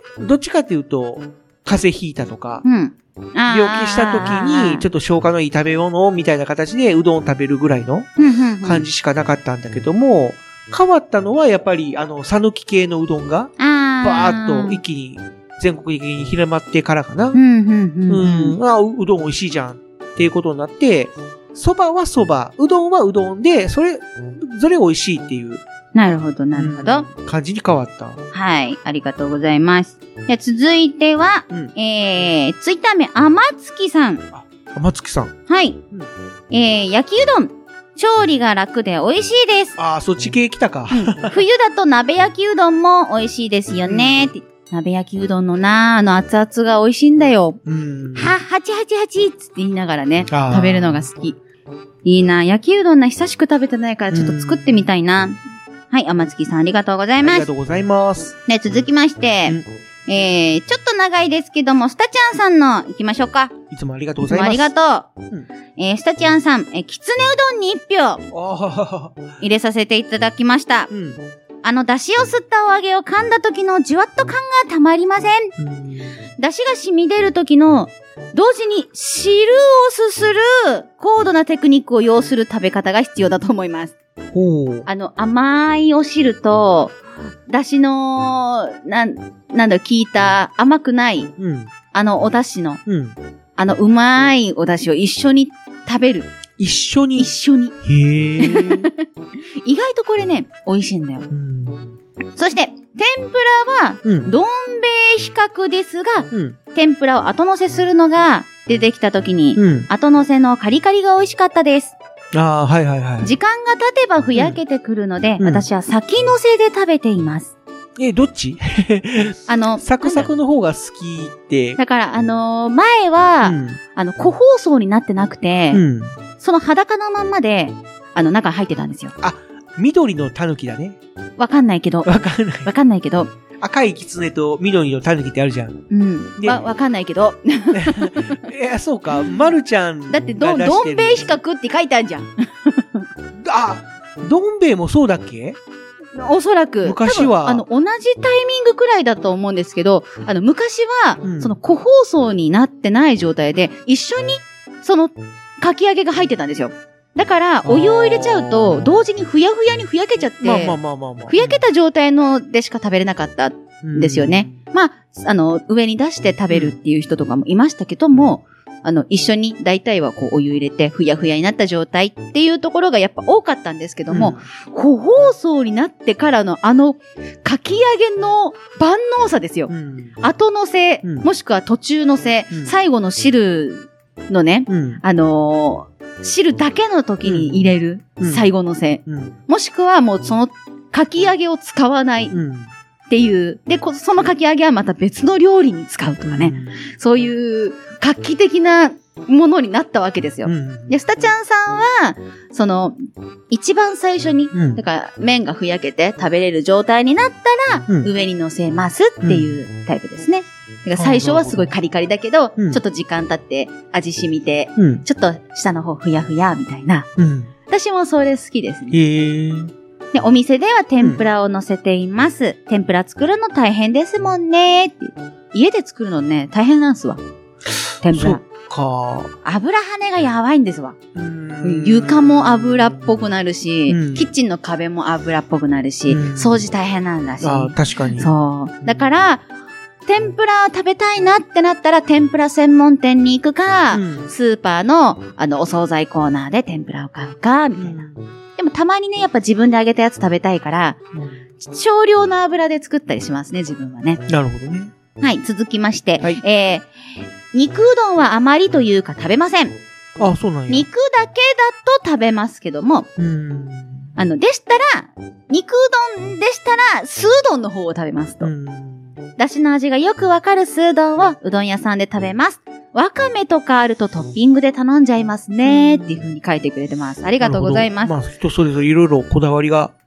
D: どっちかっていうと、風邪ひいたとか、病気した時に、ちょっと消化のいい食べ物みたいな形でうどんを食べるぐらいの感じしかなかったんだけども、変わったのはやっぱり、さぬき系のうどんが、バーッと一気に全国的に広まってからかな。うどん美味しいじゃんっていうことになって、蕎麦は蕎麦、うどんはうどんで、それ美味しいっていう。
B: なるほど、なるほど。
D: 感じに変わった。
B: はい。ありがとうございます。じゃ続いては、ツイッター名、天月さん。
D: 天月さん。
B: はい。焼きうどん。調理が楽で美味しいです。
D: そっち系来たか。
B: 冬だと鍋焼きうどんも美味しいですよね。鍋焼きうどんの熱々が美味しいんだよ。はちつって言いながらね、食べるのが好き。いいな。焼きうどん久しく食べてないからちょっと作ってみたいな。はい、天月さんありがとうございます。
D: ありがとうございます。
B: で、続きまして、ちょっと長いですけども、スタちゃんさんの行きましょうか。
D: いつもありがとうございます。
B: いつもありがとう。スタちゃんさん、きつねうどんに1票入れさせていただきました。出汁を吸ったお揚げを噛んだ時のじゅわっと感がたまりません。出汁が染み出る時の同時に汁をすする高度なテクニックを要する食べ方が必要だと思います。甘いお汁と、出汁の、効いた甘くない、お出汁の、うまいお出汁を一緒に食べる。
D: 一緒に。
B: へ
D: ー。
B: 意外とこれね、美味しいんだよ。そして、天ぷらは、どん兵衛比較ですが、天ぷらを後乗せするのが出てきた時に、後乗せのカリカリが美味しかったです。
D: はいはいはい。
B: 時間が経てばふやけてくるので、私は先乗せで食べています。
D: どっちサクサクの方が好きって。
B: だから、前は、個包装になってなくて、その裸のまんまで、中に入ってたんですよ。
D: 緑の狸だね。
B: わかんないけど。わかんないけど。
D: 赤い狐と緑の狸ってあるじゃん。
B: わかんないけど。
D: そうか。まるちゃん。
B: だって、どん兵衛比較って書いてあるじゃん。
D: どん兵衛もそうだっけ？
B: おそらく。
D: 昔は。
B: 同じタイミングくらいだと思うんですけど、昔は、その個包装になってない状態で、一緒に、かき揚げが入ってたんですよ。だから、お湯を入れちゃうと、同時にふやふやにふやけちゃって、ふやけた状態のでしか食べれなかったんですよね。上に出して食べるっていう人とかもいましたけども、一緒に大体はお湯入れてふやふやになった状態っていうところがやっぱ多かったんですけども、個包装になってからのかき揚げの万能さですよ。後乗せ、もしくは途中乗せ、最後の汁のね、汁だけの時に入れる、最後乗せ、もしくはもうそのかき揚げを使わないっていう。で、そのかき揚げはまた別の料理に使うとかね。そういう画期的なものになったわけですよ。で、スタちゃんさんは、一番最初に、だから麺がふやけて食べれる状態になったら、上に乗せますっていうタイプですね。だから最初はすごいカリカリだけど、ちょっと時間経って味染みて、ちょっと下の方ふやふやみたいな。私もそれ好きですね。で、お店では天ぷらを乗せています。天ぷら作るの大変ですもんねって。家で作るのね、大変なんすわ。天ぷら。そっ
D: か。
B: 油跳ねがやばいんですわ。床も油っぽくなるし、キッチンの壁も油っぽくなるし、掃除大変なんだし。
D: 確かに。
B: そう。だから、天ぷら食べたいなってなったら天ぷら専門店に行くか、スーパーのお惣菜コーナーで天ぷらを買うか、みたいな。でもたまにね、やっぱ自分で揚げたやつ食べたいから、少量の油で作ったりしますね、自分はね。
D: なるほどね。
B: はい、続きまして、肉うどんはあまりというか食べません。
D: そうなんや。
B: 肉だけだと食べますけども、でしたら、肉うどんでしたら、酢うどんの方を食べますと。だしの味がよくわかる酢うどんをうどん屋さんで食べます。わかめとかあるとトッピングで頼んじゃいますねっていう風に書いてくれてます。ありがとうございます。
D: 人それぞれいろいろこだわりが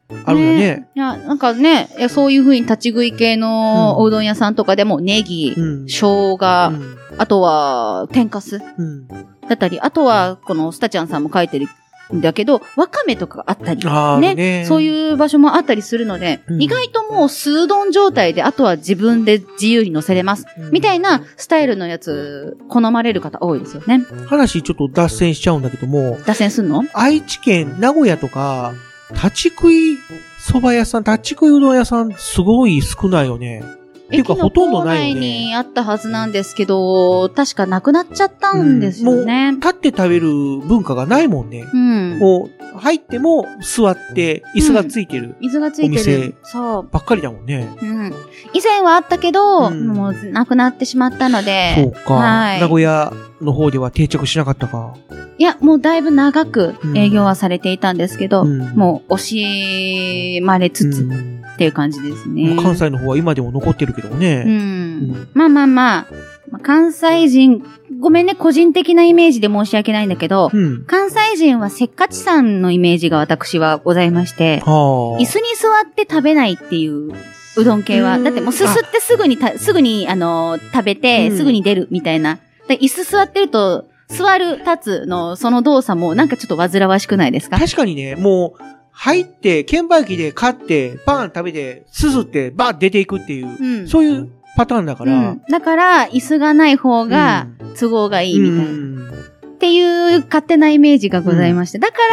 D: あるよね。
B: いや、なんかね、そういう風に立ち食い系のおうどん屋さんとかでもネギ、生姜、あとは天かすだったり、あとはこのスタちゃんさんも書いてるんだけど、わかめとかがあったり、ね、そういう場所もあったりするので、意外ともう素うどん状態で、あとは自分で自由に乗せれます、みたいなスタイルのやつ、好まれる方多いですよね。
D: 話ちょっと脱線しちゃうんだけども。
B: 脱線すんの？
D: 愛知県、名古屋とか、立ち食い蕎麦屋さん、立ち食いうどん屋さん、すごい少ないよね。っていうか、ほとんどないよね。駅の構内
B: にあったはずなんですけど、確かなくなっちゃったんですよね。
D: もう、立って食べる文化がないもんね。もう、入っても座って、椅子がついてる。
B: 椅子がついてる。
D: お店ばっかりだもんね。
B: 以前はあったけど、もうなくなってしまったので。
D: そうか。名古屋の方では定着しなかったか。
B: いや、もうだいぶ長く営業はされていたんですけど、もう惜しまれつつっていう感じですね。
D: 関西の方は今でも残ってるけどね。
B: まあ、関西人、ごめんね、個人的なイメージで申し訳ないんだけど、関西人はせっかちさんのイメージが私はございまして、椅子に座って食べないっていううどん系は、だってもうすすってすぐに食べて、すぐに出るみたいな。椅子座ってると、座る、立つの、その動作もなんかちょっと煩わしくないですか？
D: 確かにね、もう、入って、券売機で買って、パン食べて、すすって、バーッ出ていくっていう、そういうパターンだから。
B: だから、椅子がない方が、都合がいいみたいな。っていう勝手なイメージがございまして。だから、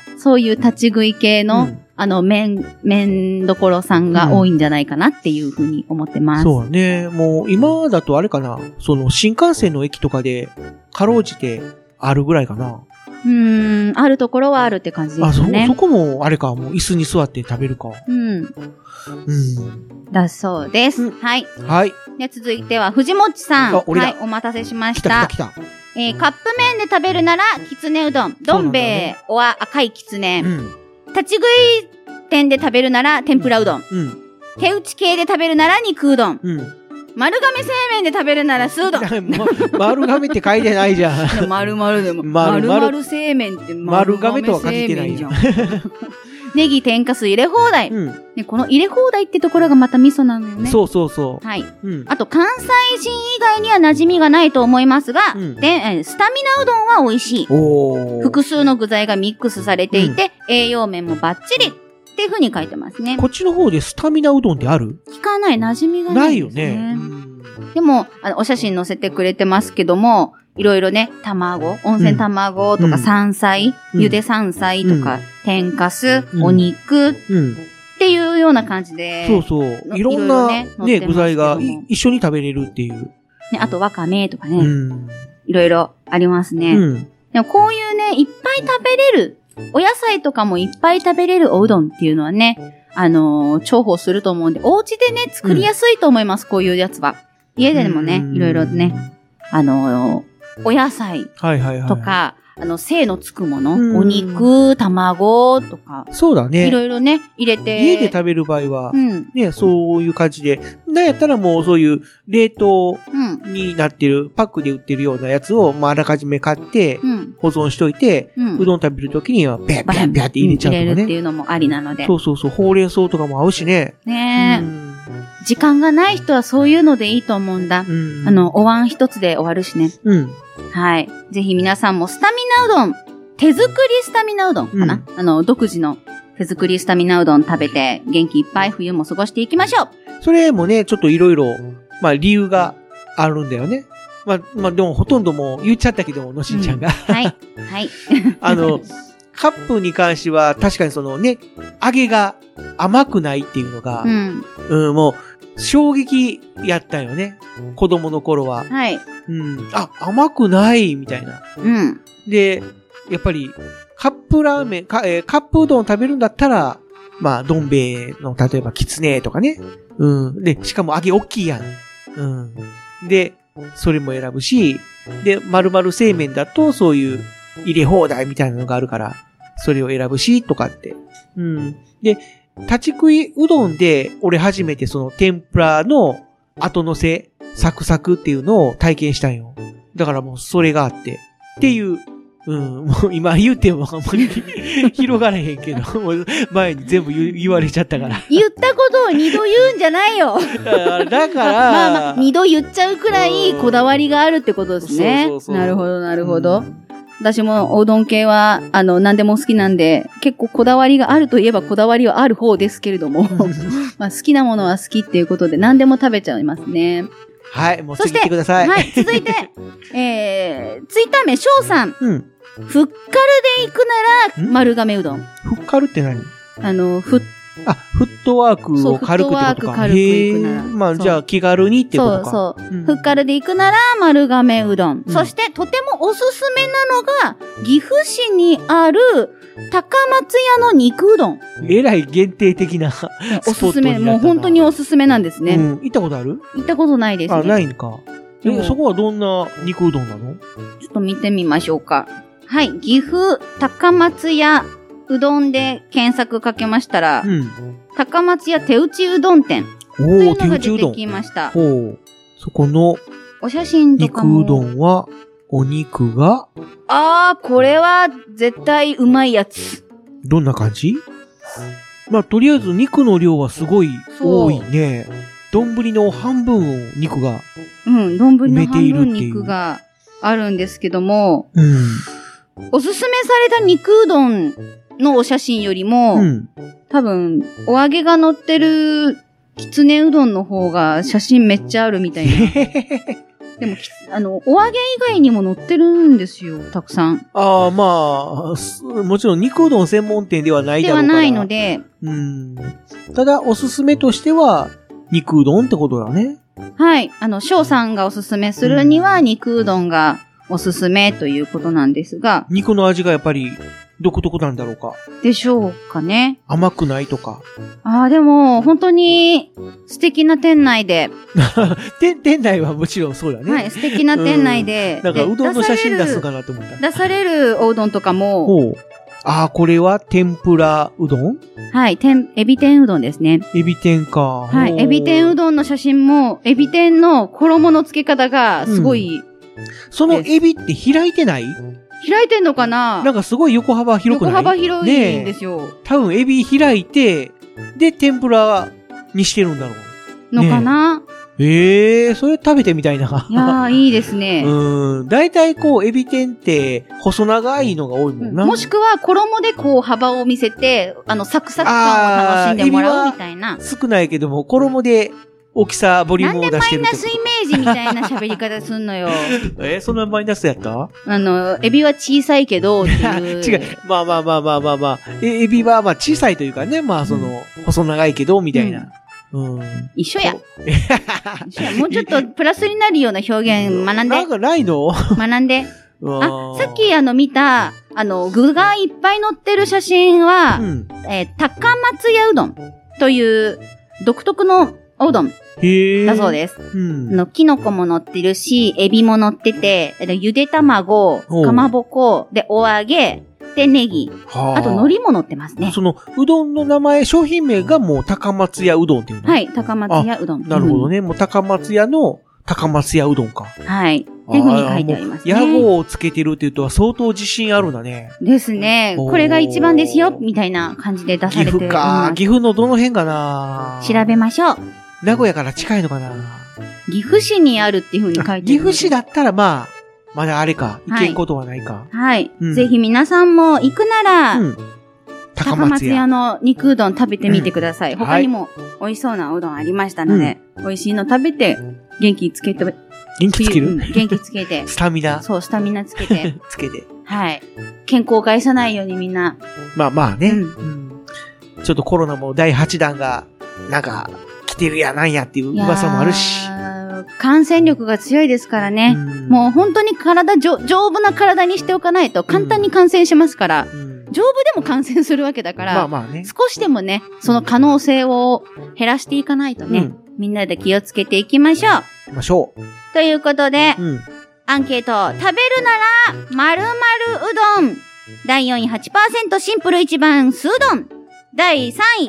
B: そういう立ち食い系の、麺どころさんが多いんじゃないかなっていうふうに思ってます。
D: そうね。もう今だとあれかな。その新幹線の駅とかで、かろうじてあるぐらいかな。
B: あるところはあるって感じですね。
D: そこもあれか、もう椅子に座って食べるか。
B: だそうです。はい。
D: はい。
B: で、続いては藤もっちさん。はい、お待たせしました。
D: 来た。
B: カップ麺で食べるなら、きつねうどん。どん兵衛は赤いきつね。立ち食い店で食べるなら天ぷらうどん。手打ち系で食べるなら肉うどん。丸亀製麺で食べるなら酢うどん。
D: 丸亀って書いてないじゃん。
B: 丸々でも。丸製麺って
D: 丸亀とは書いてないじゃん。
B: ネギ天かす入れ放題。この入れ放題ってところがまた味噌なのよね。
D: そう。
B: はい。あと関西人以外には馴染みがないと思いますが、スタミナうどんは美味しい。複数の具材がミックスされていて、栄養面もバッチリっていう風に書いてますね。
D: こっちの方でスタミナうどんってある？
B: 聞かない、馴染みがないですね。ないよね。でも、お写真載せてくれてますけども、いろいろね、卵、温泉卵とか山菜、ゆで山菜とか、天かす、お肉、っていうような感じで。
D: そう。いろんなね、具材が一緒に食べれるっていう。
B: ね、あとわかめとかね。いろいろありますね。でもこういうね、いっぱい食べれる、お野菜とかもいっぱい食べれるおうどんっていうのはね、重宝すると思うんで、お家でね、作りやすいと思います、こういうやつは。家でもね、いろいろね、お野菜とか、精のつくもの、お肉、卵とか。
D: そうだね。
B: いろいろね、入れて。
D: 家で食べる場合は、ね、そういう感じで。なんやったらもうそういう冷凍になってる、パックで売ってるようなやつを、あらかじめ買って、保存しといて、うどん食べるときには、ビャッって入れちゃうとかね。
B: 入れるっていうのもありなので。
D: そう。ほうれん草とかも合うしね。
B: ねえ。時間がない人はそういうのでいいと思うんだ。お椀一つで終わるしね。はい。ぜひ皆さんもスタミナうどん、手作りスタミナうどんかな、独自の手作りスタミナうどん食べて元気いっぱい冬も過ごしていきましょう。
D: それもね、ちょっといろいろ、理由があるんだよね。でもほとんどもう言っちゃったけども、のしんちゃんが。
B: はい。
D: カップに関しては確かにそのね、揚げが甘くないっていうのが、もう衝撃やったよね。子供の頃は。
B: はい。
D: 甘くないみたいな。で、やっぱりカップラーメン、カップうどん食べるんだったら、どん兵衛の例えばきつねとかね。で、しかも揚げ大きいやん。で、それも選ぶし、で、丸々製麺だとそういう入れ放題みたいなのがあるから、それを選ぶし、とかって。で、立ち食いうどんで、俺初めてその天ぷらの後乗せ、サクサクっていうのを体験したんよ。だからもうそれがあって。っていうもう今言ってもあんまり広がれへんけど、もう前に全部言われちゃったから。
B: 言ったことを2度言うんじゃないよ。
D: だから。
B: まあ2度言っちゃうくらいこだわりがあるってことですね。そう。なるほど、なるほど。私もおうどん系は、何でも好きなんで、結構こだわりがあるといえばこだわりはある方ですけれども、まあ好きなものは好きっていうことで何でも食べちゃいますね。
D: はい、もう次行ってください。
B: はい、続いて、ツイッター名、翔さん。フッカルで行くなら、丸亀うどん。
D: フッカルって何？
B: フット
D: ワークを軽くってことか。フットワーク軽く行くなら。まあ、じゃあ気軽にってことか。
B: そう。フッカルで行くなら丸亀うどん。そして、とてもおすすめなのが、岐阜市にある高松屋の肉うどん。
D: えらい限定的な
B: おすすめ、もう本当におすすめなんですね。
D: 行ったことある？
B: 行ったことないですね。
D: ないんか。そこはどんな肉うどんなの？
B: ちょっと見てみましょうか。はい、岐阜高松屋うどんで検索かけましたら、高松屋手打ちうどん店というのが出てきました。
D: そこの
B: お写真とかも
D: 肉うどんはお肉が
B: これは絶対うまいやつ。
D: どんな感じ？まあとりあえず肉の量はすごい多いね。丼の半分を肉が
B: 丼の半分肉があるんですけども、おすすめされた肉うどんのお写真よりも、多分、お揚げが乗ってるきつねうどんの方が写真めっちゃあるみたいな。でも、お揚げ以外にも乗ってるんですよ、たくさん。
D: まあ、もちろん肉うどん専門店ではないだろうから。
B: ではないので。
D: ただ、おすすめとしては、肉うどんってことだね。
B: はい。翔さんがおすすめするには、肉うどんがおすすめということなんですが。
D: 肉の味がやっぱり、独特なんだろうか。
B: でしょうかね。
D: 甘くないとか。
B: でも、本当に素敵な店内で。
D: 店内はもちろんそうだね。
B: はい、素敵な店内で。
D: なんかうどんの写真出すかなと思った。
B: 出されるおうどんとかも。
D: これは天ぷらうどん？
B: はい、エビ天うどんですね。
D: エビ天か。
B: はい、エビ天うどんの写真も、エビ天の衣の付け方がすごい。
D: そのエビって開いてない？
B: 開いてんのかな？
D: なんかすごい横幅広くない？
B: 横幅広いんですよ。
D: 多分エビ開いて、で、天ぷらにしてるんだろう。
B: のかな？
D: それ食べてみたいな。
B: いやー、いいですね。
D: だいたいエビ天って細長いのが多いもんな。
B: もしくは衣で幅を見せて、サクサク感を楽しんでもらうみたいな。
D: 少ないけども、衣で大きさ、ボリュームを出してるってこと。
B: なんでマイナスイメージみたいな喋り方すんのよ。
D: そんなマイナスやった？
B: エビは小さいけど、っていう。
D: 違う。まあ。エビは小さいというかね、細長いけど、みたいな。
B: 一緒や。もうちょっとプラスになるような表現学んで。
D: なんかないの？
B: 学んで。さっき見た、具がいっぱい乗ってる写真は、高松屋うどんという独特のおうどんだそうです。キノコも乗ってるし、エビも乗ってて、ゆで卵、かまぼこ、で、お揚げ、で、ネギ。あと、海苔も乗ってますね。
D: その、うどんの名前、商品名がもう高松屋うどんっていうの？
B: はい、高松屋うどん。
D: なるほどね。もう高松屋の高松屋うどんか。
B: はい。っていうふうに書いてありますね。
D: 屋号をつけてるっていうとは相当自信あるんだね。
B: ですね。これが一番ですよ、みたいな感じで出されてる。
D: 岐阜か。岐阜のどの辺かな？
B: 調べましょう。
D: 名古屋から近いのかな？
B: 岐阜市にあるっていうふうに書いてある。
D: 岐阜市だったらまだあれか。行けんことはないか。
B: はい。ぜひ皆さんも行くなら、高松屋の肉うどん食べてみてください。他にも美味しそうなうどんありましたので、美味しいの食べて、元気つけて。
D: 元気つける？
B: 元気つけて。
D: スタミナ。
B: そう、スタミナつけて。
D: つけて。
B: はい。健康を害さないようにみんな。
D: まあね。ちょっとコロナも第8弾が、なんか、来てるやなんやっていう噂もあるし。
B: 感染力が強いですからね。もう本当に丈夫な体にしておかないと簡単に感染しますから。丈夫でも感染するわけだから、少しでもね、その可能性を減らしていかないとね、みんなで気をつけていきましょう。ということで、アンケート、食べるなら、〇〇うどん。第4位 8% シンプル一番酢うどん。第3位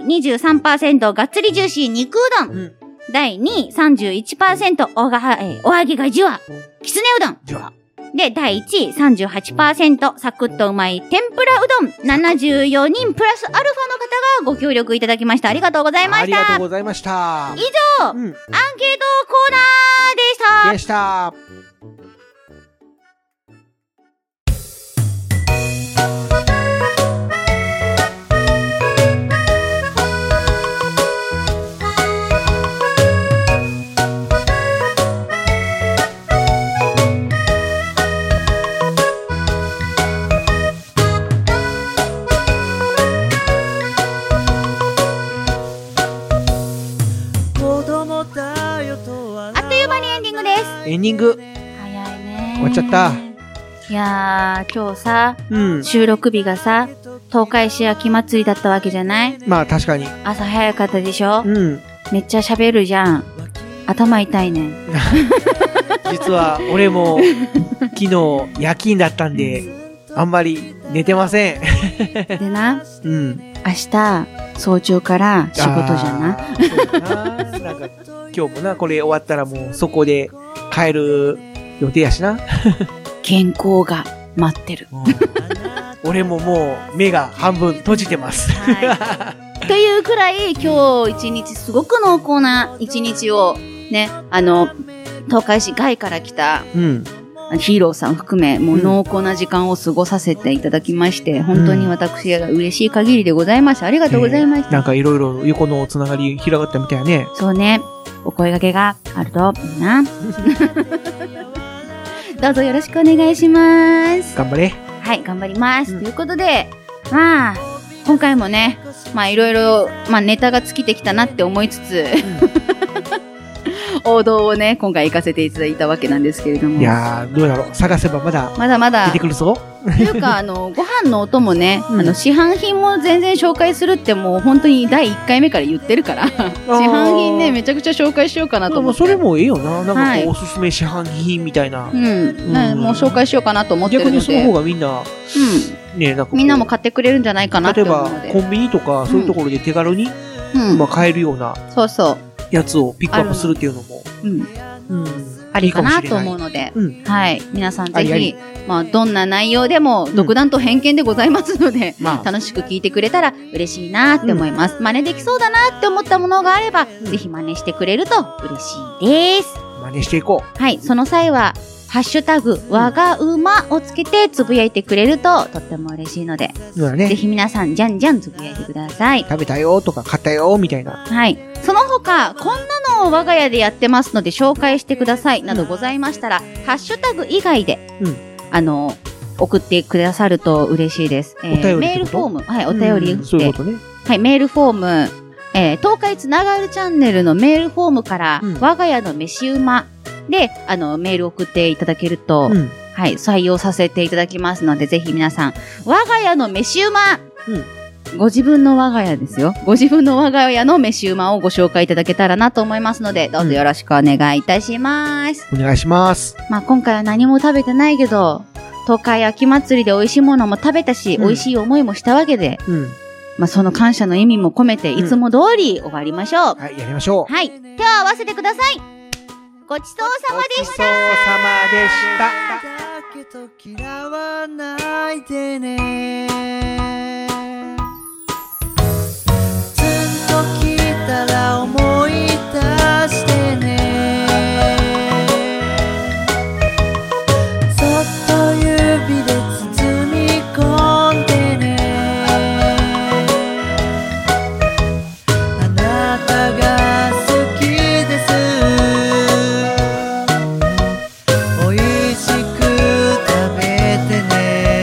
B: 23% がっつりジューシー肉うどん。第2位 31% お揚げがじゅわ。きつねうどん。 で、第1位 38%、サクッとうまい天ぷらうどん74人プラスアルファの方がご協力いただきました。ありがとうございました。
D: ありがとうございました。
B: 以上、アンケートコーナーでした。
D: エンディング。
B: 早いね。
D: 終わっちゃった。
B: いやー、今日さ、収録日がさ、東海市秋祭りだったわけじゃない？
D: まあ確かに。
B: 朝早かったでしょ？めっちゃ喋るじゃん。頭痛いね。
D: 実は俺も昨日夜勤だったんで、あんまり寝てません。
B: でな、明日早朝から仕事じゃな。
D: そうだな。なんか今日もな、これ終わったらもうそこで帰る予定やしな。
B: 健康が待ってる。
D: 俺ももう目が半分閉じてます。
B: というくらい今日一日すごく濃厚な一日をね、東海市外から来た、ヒーローさん含め、もう濃厚な時間を過ごさせていただきまして、本当に私が嬉しい限りでございました。ありがとうございました。
D: なんかいろいろ横のつながり広がったみたいね。
B: そうね。お声掛けがあるといいな。どうぞよろしくお願いします。
D: 頑張れ。
B: はい、頑張ります。ということで、まあ、今回もね、まあいろいろ、まあネタが尽きてきたなって思いつつ、王道をね、今回行かせていただいたわけなんですけれども。
D: いやー、どうだろう。探せばまだ出てくるぞ。
B: というか、ご飯のお供ね、市販品も全然紹介するってもう本当に第1回目から言ってるから、市販品ね、めちゃくちゃ紹介しようかなと思って。
D: それもいいよな。なんかこう、おすすめ市販品みたいな。
B: もう紹介しようかなと思ってるので。
D: 逆にその方がみんな、ね、なんか
B: みんなも買ってくれるんじゃないかなって思うので。
D: 例えば、コンビニとか、そういうところで手軽に、まあ買えるような。
B: そうそう。
D: やつをピックアップするっていうのも、
B: ありかなと思うので、はい。皆さんぜひ、まあ、どんな内容でも、独断と偏見でございますので、楽しく聞いてくれたら嬉しいなって思います。真似できそうだなって思ったものがあれば、ぜひ真似してくれると嬉しいです。
D: 真似していこ
B: う。はい。その際は、ハッシュタグ、わがうまをつけてつぶやいてくれるととっても嬉しいので、ぜひ皆さんじゃんじゃんつぶやいてください。
D: 食べたよとか買ったよみたいな。
B: はい。その他、こんなのを我が家でやってますので紹介してくださいなどございましたら、ハッシュタグ以外で、送ってくださると嬉しいです。メールフォーム、はい、お便りで、
D: そういうことね。
B: はい、メールフォーム、東海つながるチャンネルのメールフォームから、我が家の飯うまで、メール送っていただけると、はい、採用させていただきますので、ぜひ皆さん、我が家の飯うま、ご自分の我が家ですよ。ご自分の我が家の飯うまをご紹介いただけたらなと思いますので、どうぞよろしくお願いいたします。
D: お願いします。
B: まあ今回は何も食べてないけど、東海秋祭りで美味しいものも食べたし、美味しい思いもしたわけで、まあその感謝の意味も込めて、いつも通り終わりましょう。
D: はい、やりましょう。
B: はい、手を合わせてください。ごちそうさまでした。ごちそうさ
D: までした。
H: だけど嫌わないでね。ずっと来たら思い出してね。そっと指で包み込んでね。あなたが好きです。美味しく食べてね。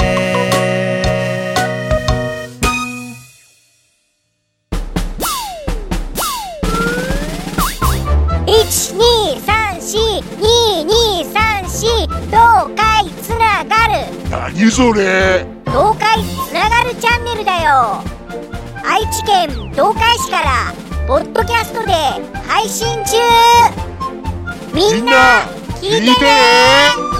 C: 東海つながる。
G: 何それ？
C: 東海つながるチャンネルだよ。愛知県東海市からポッドキャストで配信中。みんな聞いてね。